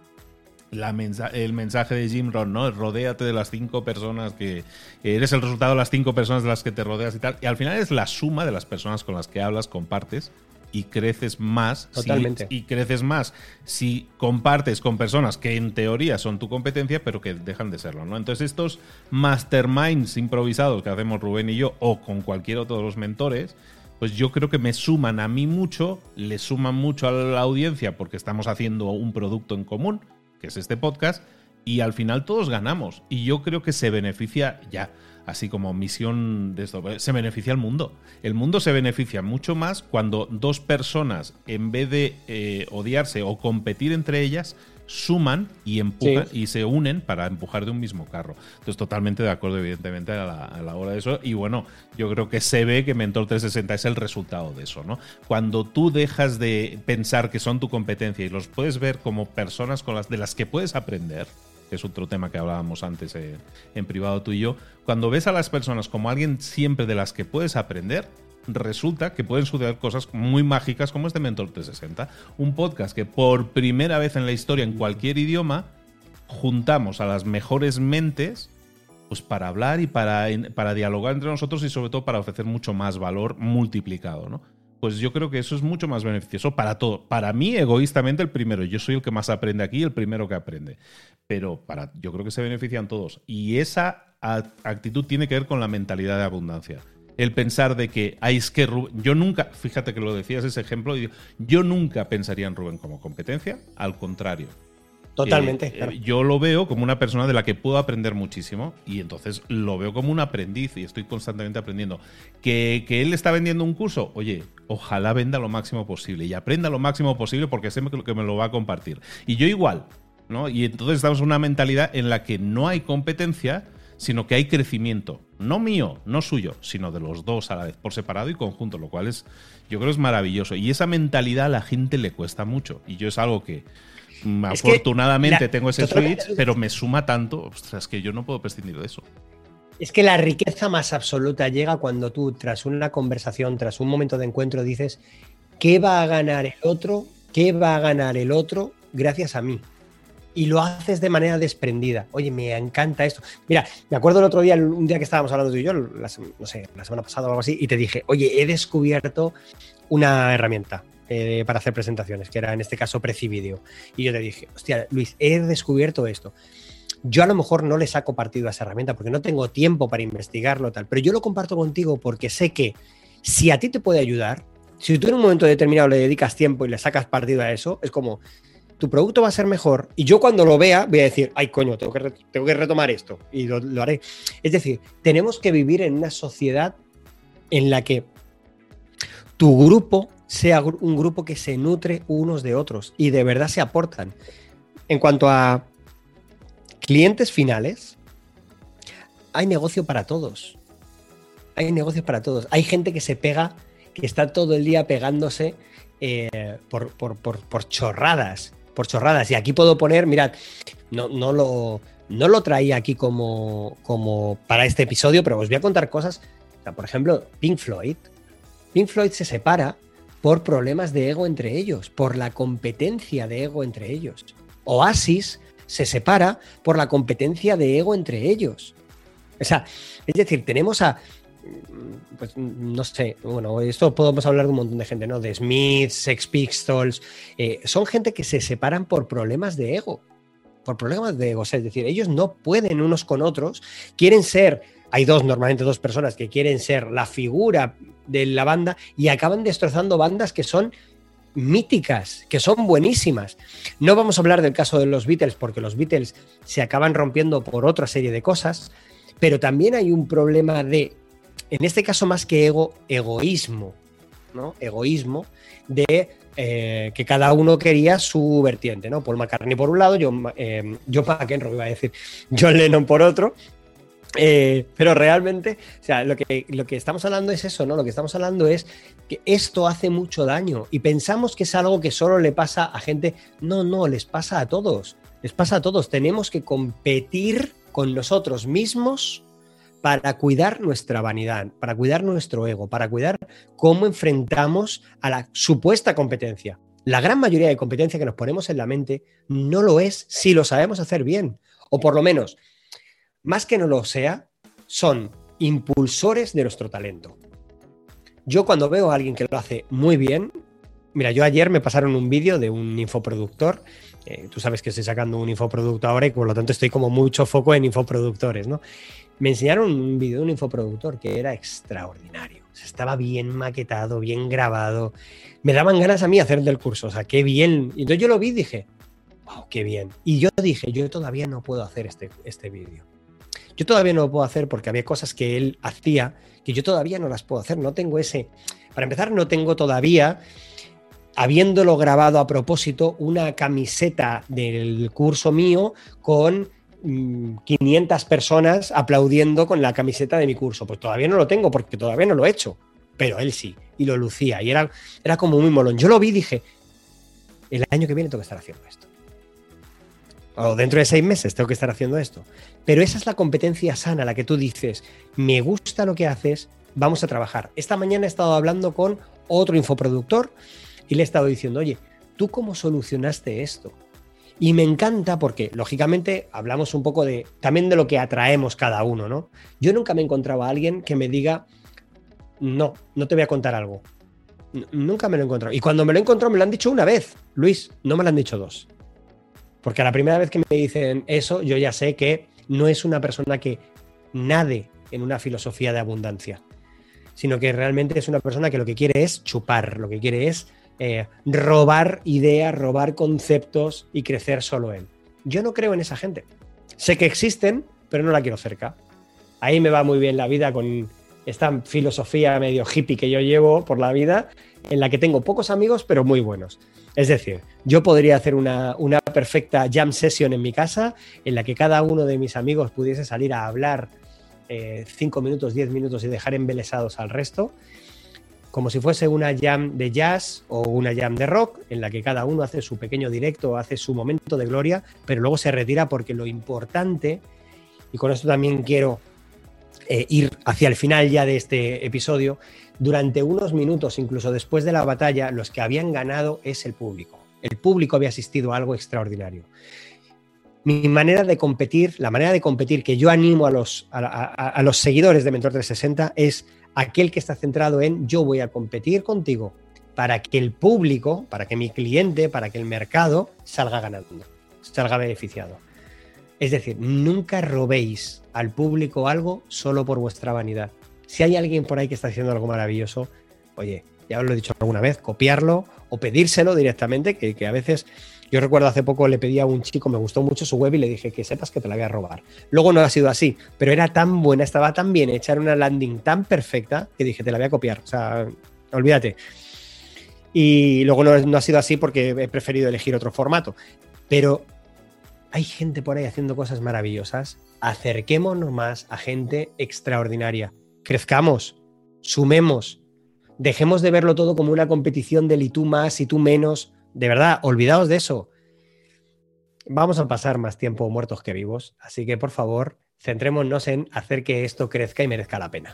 La mensa el mensaje de Jim Rohn, ¿no? Rodéate de las cinco personas que... Eres el resultado de las cinco personas de las que te rodeas y tal. Y al final es la suma de las personas con las que hablas, compartes y creces más. Totalmente. Si, y creces más si compartes con personas que en teoría son tu competencia, pero que dejan de serlo, ¿no? Entonces estos masterminds improvisados que hacemos Rubén y yo, o con cualquier otro de los mentores, pues yo creo que me suman a mí mucho, le suman mucho a la audiencia porque estamos haciendo un producto en común, que es este podcast, y al final todos ganamos. Y yo creo que se beneficia, ya, así como misión de esto, se beneficia el mundo. El mundo se beneficia mucho más cuando dos personas, en vez de eh, odiarse o competir entre ellas, suman y empujan sí. y se unen para empujar de un mismo carro. Entonces, totalmente de acuerdo, evidentemente, a la, a la hora de eso. Y bueno, yo creo que se ve que Mentor trescientos sesenta es el resultado de eso, ¿no? Cuando tú dejas de pensar que son tu competencia y los puedes ver como personas con las, de las que puedes aprender, que es otro tema que hablábamos antes eh, en privado tú y yo, cuando ves a las personas como alguien siempre de las que puedes aprender, resulta que pueden suceder cosas muy mágicas como este Mentor trescientos sesenta, un podcast que por primera vez en la historia en cualquier idioma juntamos a las mejores mentes pues para hablar y para, para dialogar entre nosotros y sobre todo para ofrecer mucho más valor multiplicado, ¿no? Pues yo creo que eso es mucho más beneficioso para todo. Para mí, egoístamente, el primero. Yo soy el que más aprende aquí, el primero que aprende. Pero para, yo creo que se benefician todos. Y esa actitud tiene que ver con la mentalidad de abundancia. El pensar de que, ay, es que Rubén, yo nunca, fíjate que lo decías ese ejemplo, yo nunca pensaría en Rubén como competencia, al contrario. Totalmente. Eh, claro. eh, yo lo veo como una persona de la que puedo aprender muchísimo y entonces lo veo como un aprendiz y estoy constantemente aprendiendo. Que, que él está vendiendo un curso, oye, ojalá venda lo máximo posible y aprenda lo máximo posible porque sé que me lo va a compartir. Y yo igual, ¿no? Y entonces estamos en una mentalidad en la que no hay competencia, sino que hay crecimiento. No mío, no suyo, sino de los dos a la vez, por separado y conjunto, lo cual es, yo creo, es maravilloso. Y esa mentalidad a la gente le cuesta mucho. Y yo es algo que es afortunadamente que la, tengo ese switch, pero me suma tanto, ostras, que yo no puedo prescindir de eso. Es que la riqueza más absoluta llega cuando tú, tras una conversación, tras un momento de encuentro, dices, ¿qué va a ganar el otro? ¿Qué va a ganar el otro gracias a mí. Y lo haces de manera desprendida. Oye, me encanta esto. Mira, me acuerdo el otro día, un día que estábamos hablando tú y yo, la, no sé, la semana pasada o algo así, y te dije, oye, he descubierto una herramienta eh, para hacer presentaciones, que era en este caso Prezi Video. Y yo te dije, hostia, Luis, he descubierto esto. Yo a lo mejor no le saco partido a esa herramienta porque no tengo tiempo para investigarlo tal, pero yo lo comparto contigo porque sé que si a ti te puede ayudar, si tú en un momento determinado le dedicas tiempo y le sacas partido a eso, es como, tu producto va a ser mejor y yo cuando lo vea voy a decir, ay coño, tengo que, re- tengo que retomar esto y lo, lo haré. Es decir, tenemos que vivir en una sociedad en la que tu grupo sea gru- un grupo que se nutre unos de otros y de verdad se aportan. En cuanto a clientes finales, hay negocio para todos. Hay negocios para todos. Hay gente que se pega, que está todo el día pegándose eh, por, por, por, por chorradas. Por chorradas. Y aquí puedo poner, mirad, no, no, lo, no lo traía aquí como, como para este episodio, pero os voy a contar cosas. O sea, por ejemplo, Pink Floyd. Pink Floyd se separa por problemas de ego entre ellos, por la competencia de ego entre ellos. Oasis se separa por la competencia de ego entre ellos. O sea, es decir, tenemos a, pues no sé, bueno, esto podemos hablar de un montón de gente, ¿no? De Smiths, Sex Pistols, eh, son gente que se separan por problemas de ego, por problemas de ego, o sea, es decir, ellos no pueden unos con otros, quieren ser, hay dos, normalmente dos personas que quieren ser la figura de la banda y acaban destrozando bandas que son míticas, que son buenísimas. No vamos a hablar del caso de los Beatles porque los Beatles se acaban rompiendo por otra serie de cosas, pero también hay un problema de, en este caso más que ego, egoísmo, ¿no? Egoísmo de eh, que cada uno quería su vertiente, ¿no? Paul McCartney por un lado, John, eh, John McEnroe iba a decir, John Lennon por otro. Eh, pero realmente, o sea, lo que, lo que estamos hablando es eso, ¿no? Lo que estamos hablando es que esto hace mucho daño y pensamos que es algo que solo le pasa a gente. No, no, les pasa a todos. Les pasa a todos. Tenemos que competir con nosotros mismos para cuidar nuestra vanidad, para cuidar nuestro ego, para cuidar cómo enfrentamos a la supuesta competencia. La gran mayoría de competencia que nos ponemos en la mente no lo es si lo sabemos hacer bien, o por lo menos, más que no lo sea, son impulsores de nuestro talento. Yo cuando veo a alguien que lo hace muy bien, mira, yo ayer me pasaron un vídeo de un infoproductor, eh, tú sabes que estoy sacando un infoproductor ahora y por lo tanto estoy como mucho foco en infoproductores, ¿no? Me enseñaron un vídeo de un infoproductor que era extraordinario, o sea, estaba bien maquetado, bien grabado, me daban ganas a mí hacer del curso, o sea, qué bien, y entonces yo lo vi y dije, wow, qué bien, y yo dije, yo todavía no puedo hacer este, este vídeo. Yo todavía no lo puedo hacer porque había cosas que él hacía que yo todavía no las puedo hacer. No tengo ese... Para empezar, no tengo todavía, habiéndolo grabado a propósito, una camiseta del curso mío con mmm, quinientas personas aplaudiendo con la camiseta de mi curso. Pues todavía no lo tengo porque todavía no lo he hecho. Pero él sí, y lo lucía. Y era, era como muy molón. Yo lo vi y dije, el año que viene tengo que estar haciendo esto. O dentro de seis meses tengo que estar haciendo esto. Pero esa es la competencia sana, la que tú dices, me gusta lo que haces, vamos a trabajar. Esta mañana he estado hablando con otro infoproductor y le he estado diciendo, oye, ¿tú cómo solucionaste esto? Y me encanta porque, lógicamente, hablamos un poco de también de lo que atraemos cada uno, ¿no? Yo nunca me encontraba a alguien que me diga, no, no te voy a contar algo. N- nunca me lo he encontrado. Y cuando me lo he encontrado me lo han dicho una vez, Luis, no me lo han dicho dos. Porque a la primera vez que me dicen eso, yo ya sé que no es una persona que nade en una filosofía de abundancia, sino que realmente es una persona que lo que quiere es chupar, lo que quiere es eh, robar ideas, robar conceptos y crecer solo él. Yo no creo en esa gente. Sé que existen, pero no la quiero cerca. Ahí me va muy bien la vida con esta filosofía medio hippie que yo llevo por la vida, en la que tengo pocos amigos, pero muy buenos. Es decir, yo podría hacer una, una perfecta jam session en mi casa en la que cada uno de mis amigos pudiese salir a hablar eh, cinco minutos, diez minutos y dejar embelesados al resto, como si fuese una jam de jazz o una jam de rock en la que cada uno hace su pequeño directo, hace su momento de gloria, pero luego se retira porque lo importante, y con esto también quiero eh, ir hacia el final ya de este episodio, durante unos minutos, incluso después de la batalla, los que habían ganado es el público. El público había asistido a algo extraordinario. Mi manera de competir, la manera de competir que yo animo a los, a, a, a los seguidores de Mentor trescientos sesenta es aquel que está centrado en yo voy a competir contigo para que el público, para que mi cliente, para que el mercado salga ganando, salga beneficiado. Es decir, nunca robéis al público algo solo por vuestra vanidad. Si hay alguien por ahí que está haciendo algo maravilloso, oye, ya os lo he dicho alguna vez, copiarlo o pedírselo directamente, que, que a veces... Yo recuerdo hace poco le pedí a un chico, me gustó mucho su web y le dije que sepas que te la voy a robar. Luego no ha sido así, pero era tan buena, estaba tan bien hecha, era una landing tan perfecta que dije, te la voy a copiar. O sea, olvídate. Y luego no, no ha sido así porque he preferido elegir otro formato. Pero hay gente por ahí haciendo cosas maravillosas. Acerquémonos más a gente extraordinaria. Crezcamos, sumemos, dejemos de verlo todo como una competición del y tú más y tú menos. De verdad, olvidaos de eso. Vamos a pasar más tiempo muertos que vivos, así que por favor, centrémonos en hacer que esto crezca y merezca la pena.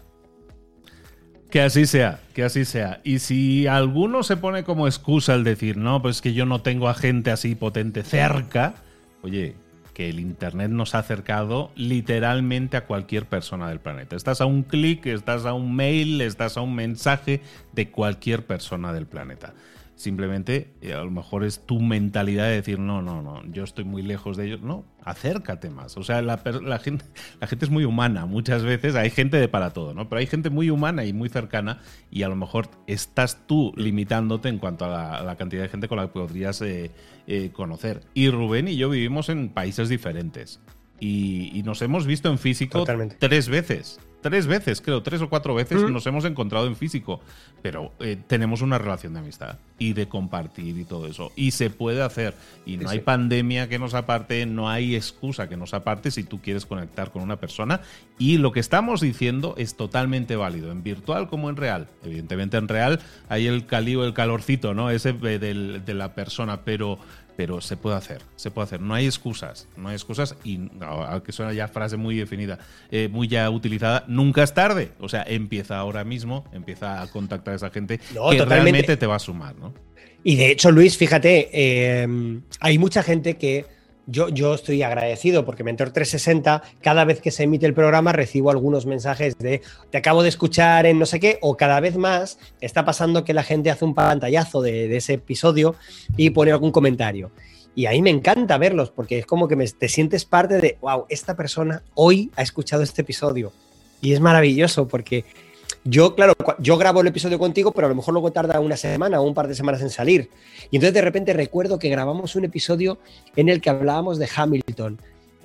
Que así sea, que así sea. Y si alguno se pone como excusa el decir, no, pues que yo no tengo a gente así potente cerca, oye, que el internet nos ha acercado literalmente a cualquier persona del planeta. Estás a un clic, estás a un mail, estás a un mensaje de cualquier persona del planeta. Simplemente, eh, a lo mejor es tu mentalidad de decir, no, no, no, yo estoy muy lejos de ellos. No, acércate más. O sea, la, la, gente, la gente es muy humana. Muchas veces hay gente de para todo, ¿no? Pero hay gente muy humana y muy cercana y a lo mejor estás tú limitándote en cuanto a la, a la cantidad de gente con la que podrías eh, eh, conocer. Y Rubén y yo vivimos en países diferentes y, y nos hemos visto en físico Totalmente. tres veces. Tres veces, creo, tres o cuatro veces mm. nos hemos encontrado en físico, pero eh, tenemos una relación de amistad y de compartir y todo eso. Y se puede hacer. Y no sí, hay sí. pandemia que nos aparte, no hay excusa que nos aparte si tú quieres conectar con una persona. Y lo que estamos diciendo es totalmente válido, en virtual como en real. Evidentemente en real hay el calío, el calorcito, ¿no? Ese de, de, de la persona, pero... pero se puede hacer, se puede hacer. No hay excusas, no hay excusas y, aunque suena ya frase muy definida, eh, muy ya utilizada, nunca es tarde. O sea, empieza ahora mismo, empieza a contactar a esa gente no, que totalmente. realmente te va a sumar, ¿no? Y de hecho, Luis, fíjate, eh, hay mucha gente que yo, yo estoy agradecido porque Mentor trescientos sesenta, cada vez que se emite el programa recibo algunos mensajes de te acabo de escuchar en no sé qué, o cada vez más está pasando que la gente hace un pantallazo de, de ese episodio y pone algún comentario. Y ahí me encanta verlos porque es como que me, te sientes parte de, wow, esta persona hoy ha escuchado este episodio. Y es maravilloso porque yo, claro, yo grabo el episodio contigo, pero a lo mejor luego tarda una semana o un par de semanas en salir. Y entonces de repente recuerdo que grabamos un episodio en el que hablábamos de Hamilton.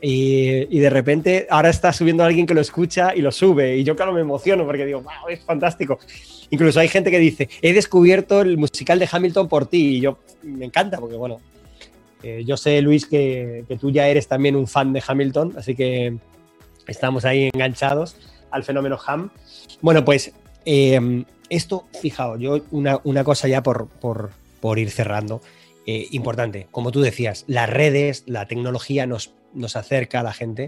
Y, y de repente ahora está subiendo alguien que lo escucha y lo sube. Y yo, claro, me emociono porque digo, wow, es fantástico. Incluso hay gente que dice, he descubierto el musical de Hamilton por ti. Y yo, me encanta porque, bueno, eh, yo sé, Luis, que, que tú ya eres también un fan de Hamilton. Así que estamos ahí enganchados al fenómeno Ham. Bueno, pues eh, esto, fijaos, yo una, una cosa ya por, por, por ir cerrando, eh, importante, como tú decías, las redes, la tecnología nos, nos acerca a la gente,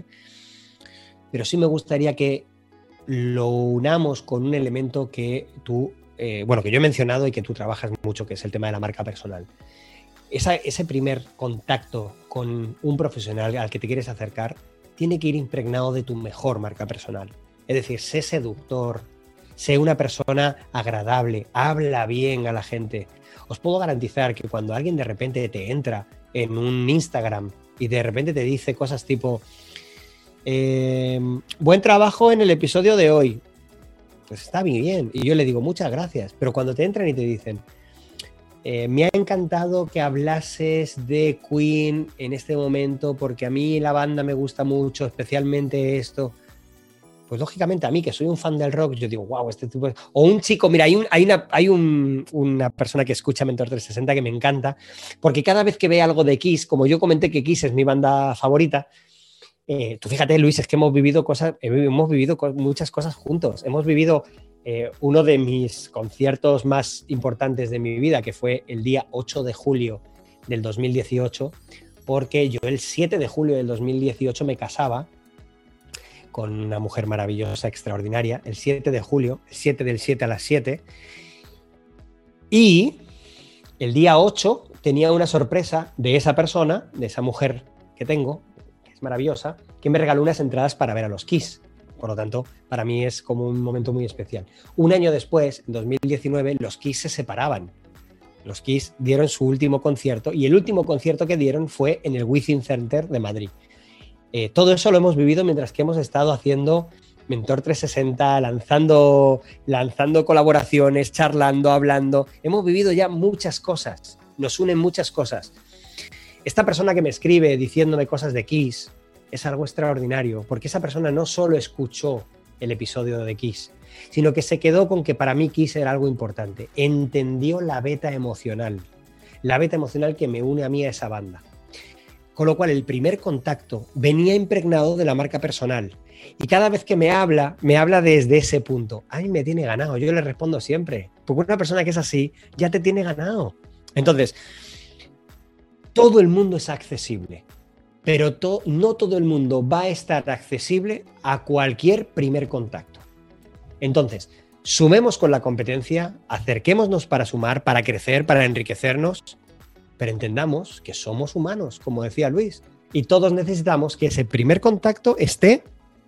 pero sí me gustaría que lo unamos con un elemento que tú, eh, bueno, que yo he mencionado y que tú trabajas mucho, que es el tema de la marca personal. Esa, ese primer contacto con un profesional al que te quieres acercar tiene que ir impregnado de tu mejor marca personal. Es decir, sé seductor, sé una persona agradable, habla bien a la gente. Os puedo garantizar que cuando alguien de repente te entra en un Instagram y de repente te dice cosas tipo eh, buen trabajo en el episodio de hoy, pues está muy bien. Y yo le digo muchas gracias. Pero cuando te entran y te dicen eh, me ha encantado que hablases de Queen en este momento porque a mí la banda me gusta mucho, especialmente esto... Pues lógicamente a mí, que soy un fan del rock, yo digo, wow, este tipo de... O un chico, mira, hay, un, hay, una, hay un, una persona que escucha Mentor trescientos sesenta que me encanta, porque cada vez que ve algo de Kiss, como yo comenté que Kiss es mi banda favorita, eh, tú fíjate, Luis, es que hemos vivido cosas, hemos vivido muchas cosas juntos. Hemos vivido eh, uno de mis conciertos más importantes de mi vida, que fue el día ocho de julio del dos mil dieciocho, porque yo el siete de julio del dos mil dieciocho me casaba con una mujer maravillosa, extraordinaria, el siete de julio, el siete del siete a las siete. Y el día ocho, tenía una sorpresa de esa persona, de esa mujer que tengo, que es maravillosa, que me regaló unas entradas para ver a los Kiss. Por lo tanto, para mí es como un momento muy especial. Un año después, en dos mil diecinueve, los Kiss se separaban. Los Kiss dieron su último concierto y el último concierto que dieron fue en el Within Center de Madrid. Eh, todo eso lo hemos vivido mientras que hemos estado haciendo Mentor trescientos sesenta, lanzando, lanzando colaboraciones, charlando, hablando. Hemos vivido ya muchas cosas, nos unen muchas cosas. Esta persona que me escribe diciéndome cosas de Kiss es algo extraordinario, porque esa persona no solo escuchó el episodio de Kiss, sino que se quedó con que para mí Kiss era algo importante. Entendió la beta emocional, la beta emocional que me une a mí a esa banda. Con lo cual, el primer contacto venía impregnado de la marca personal. Y cada vez que me habla, me habla desde ese punto. A mí me tiene ganado, yo le respondo siempre. Porque una persona que es así, ya te tiene ganado. Entonces, todo el mundo es accesible. Pero to- no todo el mundo va a estar accesible a cualquier primer contacto. Entonces, sumemos con la competencia, acerquémonos para sumar, para crecer, para enriquecernos, pero entendamos que somos humanos, como decía Luis, y todos necesitamos que ese primer contacto esté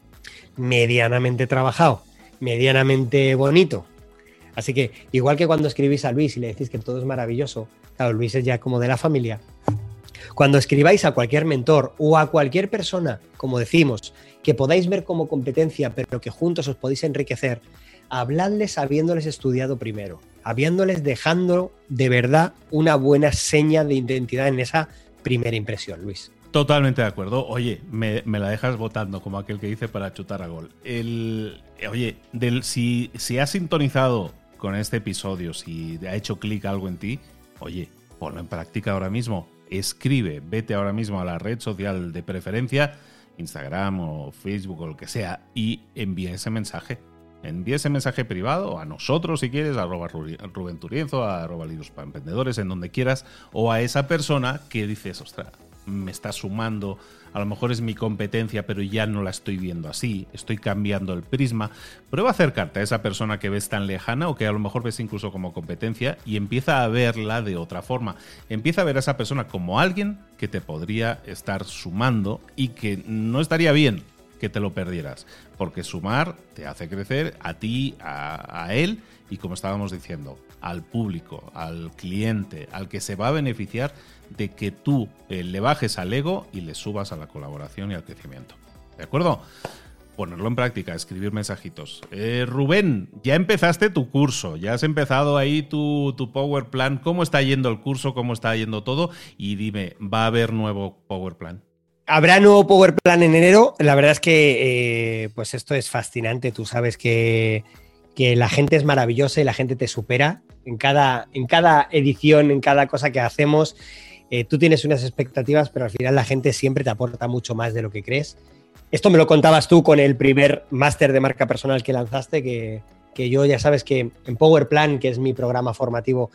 medianamente trabajado, medianamente bonito. Así que, igual que cuando escribís a Luis y le decís que todo es maravilloso, claro, Luis es ya como de la familia. Cuando escribáis a cualquier mentor o a cualquier persona, como decimos, que podáis ver como competencia, pero que juntos os podéis enriquecer, habladles habiéndoles estudiado primero, habiéndoles dejando de verdad una buena seña de identidad en esa primera impresión, Luis. Totalmente de acuerdo. Oye, me, me la dejas votando como aquel que dice para chutar a gol. El, oye, del, si, si has sintonizado con este episodio, si ha hecho clic algo en ti, oye, ponlo en práctica ahora mismo. Escribe, vete ahora mismo a la red social de preferencia, Instagram o Facebook o lo que sea, y envía ese mensaje. Envía ese mensaje privado a nosotros si quieres, a arroba Rubén Turienzo, a arroba Libros para Emprendedores, en donde quieras, o a esa persona que dices, ostras, me está sumando, a lo mejor es mi competencia, pero ya no la estoy viendo así, estoy cambiando el prisma. Prueba a acercarte a esa persona que ves tan lejana o que a lo mejor ves incluso como competencia y empieza a verla de otra forma. Empieza a ver a esa persona como alguien que te podría estar sumando y que no estaría bien que te lo perdieras, porque sumar te hace crecer a ti, a, a él y, como estábamos diciendo, al público, al cliente, al que se va a beneficiar de que tú eh, le bajes al ego y le subas a la colaboración y al crecimiento. ¿De acuerdo? Ponerlo en práctica, escribir mensajitos. Eh, Rubén, ya empezaste tu curso, ya has empezado ahí tu, tu Power Plan. ¿Cómo está yendo el curso? ¿Cómo está yendo todo? Y dime, ¿va a haber nuevo Power Plan? Habrá nuevo Power Plan en enero. La verdad es que eh, pues esto es fascinante. Tú sabes que, que la gente es maravillosa y la gente te supera. En cada, en cada edición, en cada cosa que hacemos, eh, tú tienes unas expectativas, pero al final la gente siempre te aporta mucho más de lo que crees. Esto me lo contabas tú con el primer máster de marca personal que lanzaste, que, que yo ya sabes que en Power Plan, que es mi programa formativo,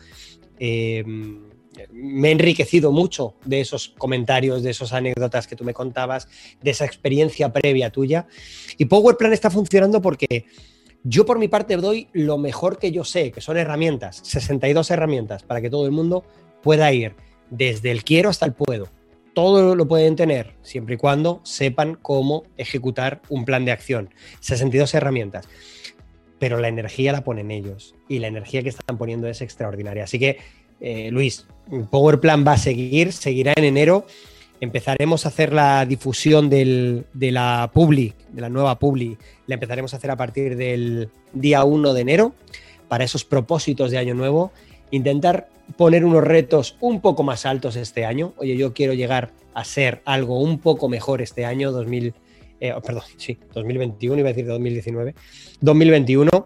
eh, me he enriquecido mucho de esos comentarios, de esas anécdotas que tú me contabas, de esa experiencia previa tuya. Y Power Plan está funcionando porque yo por mi parte doy lo mejor que yo sé, que son herramientas, sesenta y dos herramientas para que todo el mundo pueda ir desde el quiero hasta el puedo. Todo lo pueden tener, siempre y cuando sepan cómo ejecutar un plan de acción. sesenta y dos herramientas. Pero la energía la ponen ellos y la energía que están poniendo es extraordinaria. Así que, eh, Luis, Power Plan va a seguir, seguirá en enero. Empezaremos a hacer la difusión del, de la Publi, de la nueva Publi. La empezaremos a hacer a partir del día uno de enero para esos propósitos de año nuevo. Intentar poner unos retos un poco más altos este año. Oye, yo quiero llegar a ser algo un poco mejor este año, dos mil, eh, perdón, sí, dos mil veintiuno, iba a decir dos mil diecinueve, dos mil veintiuno.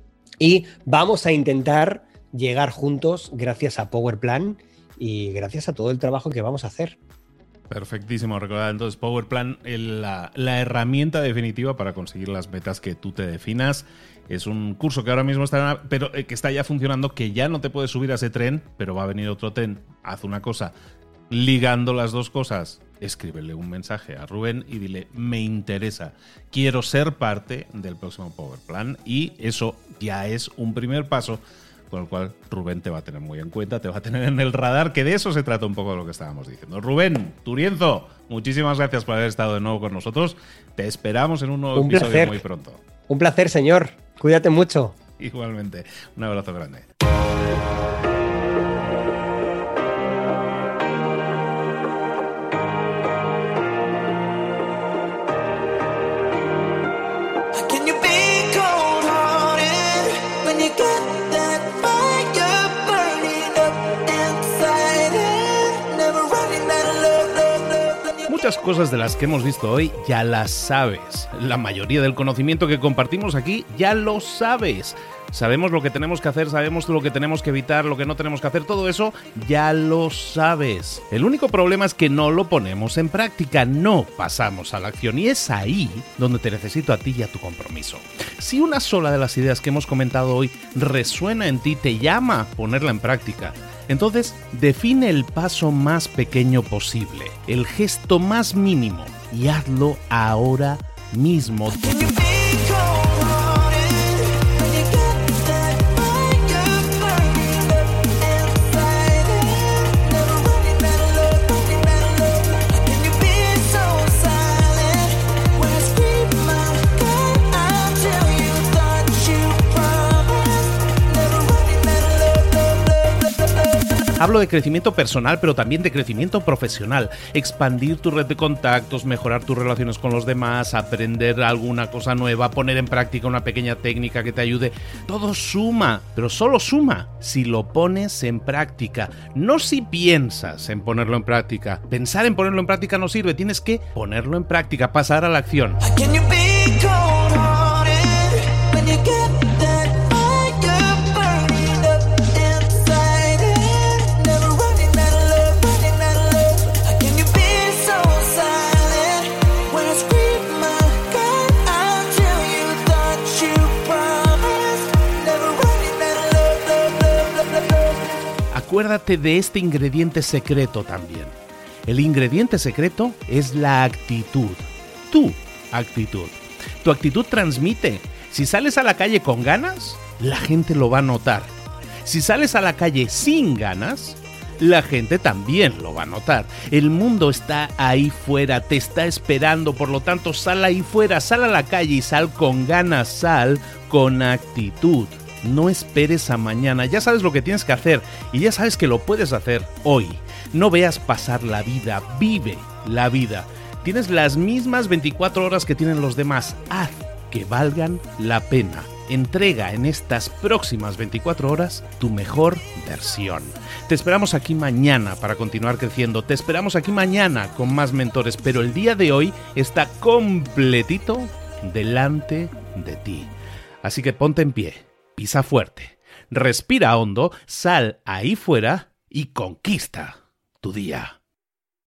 Y vamos a intentar llegar juntos gracias a Power Plan y gracias a todo el trabajo que vamos a hacer. Perfectísimo, recordad entonces Power Plan, la, la herramienta definitiva para conseguir las metas que tú te definas. Es un curso que ahora mismo está, pero que está ya funcionando, que ya no te puedes subir a ese tren, pero va a venir otro tren. Haz una cosa, ligando las dos cosas, escríbele un mensaje a Rubén y dile, me interesa, quiero ser parte del próximo Power Plan, y eso ya es un primer paso con lo cual Rubén te va a tener muy en cuenta, te va a tener en el radar, que de eso se trata un poco de lo que estábamos diciendo. Rubén Turienzo, muchísimas gracias por haber estado de nuevo con nosotros. Te esperamos en un nuevo un episodio placer. muy pronto. Un placer, señor. Cuídate mucho. Igualmente. Un abrazo grande. Muchas cosas de las que hemos visto hoy ya las sabes. La mayoría del conocimiento que compartimos aquí ya lo sabes. Sabemos lo que tenemos que hacer, sabemos lo que tenemos que evitar, lo que no tenemos que hacer, todo eso ya lo sabes. El único problema es que no lo ponemos en práctica, no pasamos a la acción, y es ahí donde te necesito a ti y a tu compromiso. Si una sola de las ideas que hemos comentado hoy resuena en ti, te llama a ponerla en práctica, entonces define el paso más pequeño posible, el gesto más mínimo, y hazlo ahora mismo. Hablo de crecimiento personal, pero también de crecimiento profesional. Expandir tu red de contactos, mejorar tus relaciones con los demás, aprender alguna cosa nueva, poner en práctica una pequeña técnica que te ayude. Todo suma, pero solo suma si lo pones en práctica. No si piensas en ponerlo en práctica. Pensar en ponerlo en práctica no sirve. Tienes que ponerlo en práctica, pasar a la acción. Acuérdate de este ingrediente secreto también. El ingrediente secreto es la actitud. Tu actitud. Tu actitud transmite. Si sales a la calle con ganas, la gente lo va a notar. Si sales a la calle sin ganas, la gente también lo va a notar. El mundo está ahí fuera, te está esperando, por lo tanto sal ahí fuera, sal a la calle y sal con ganas, sal con actitud. No esperes a mañana, ya sabes lo que tienes que hacer y ya sabes que lo puedes hacer hoy. No veas pasar la vida, vive la vida. Tienes las mismas veinticuatro horas que tienen los demás, haz que valgan la pena. Entrega en estas próximas veinticuatro horas tu mejor versión. Te esperamos aquí mañana para continuar creciendo, te esperamos aquí mañana con más mentores, pero el día de hoy está completito delante de ti. Así que ponte en pie. Pisa fuerte, respira hondo, sal ahí fuera y conquista tu día.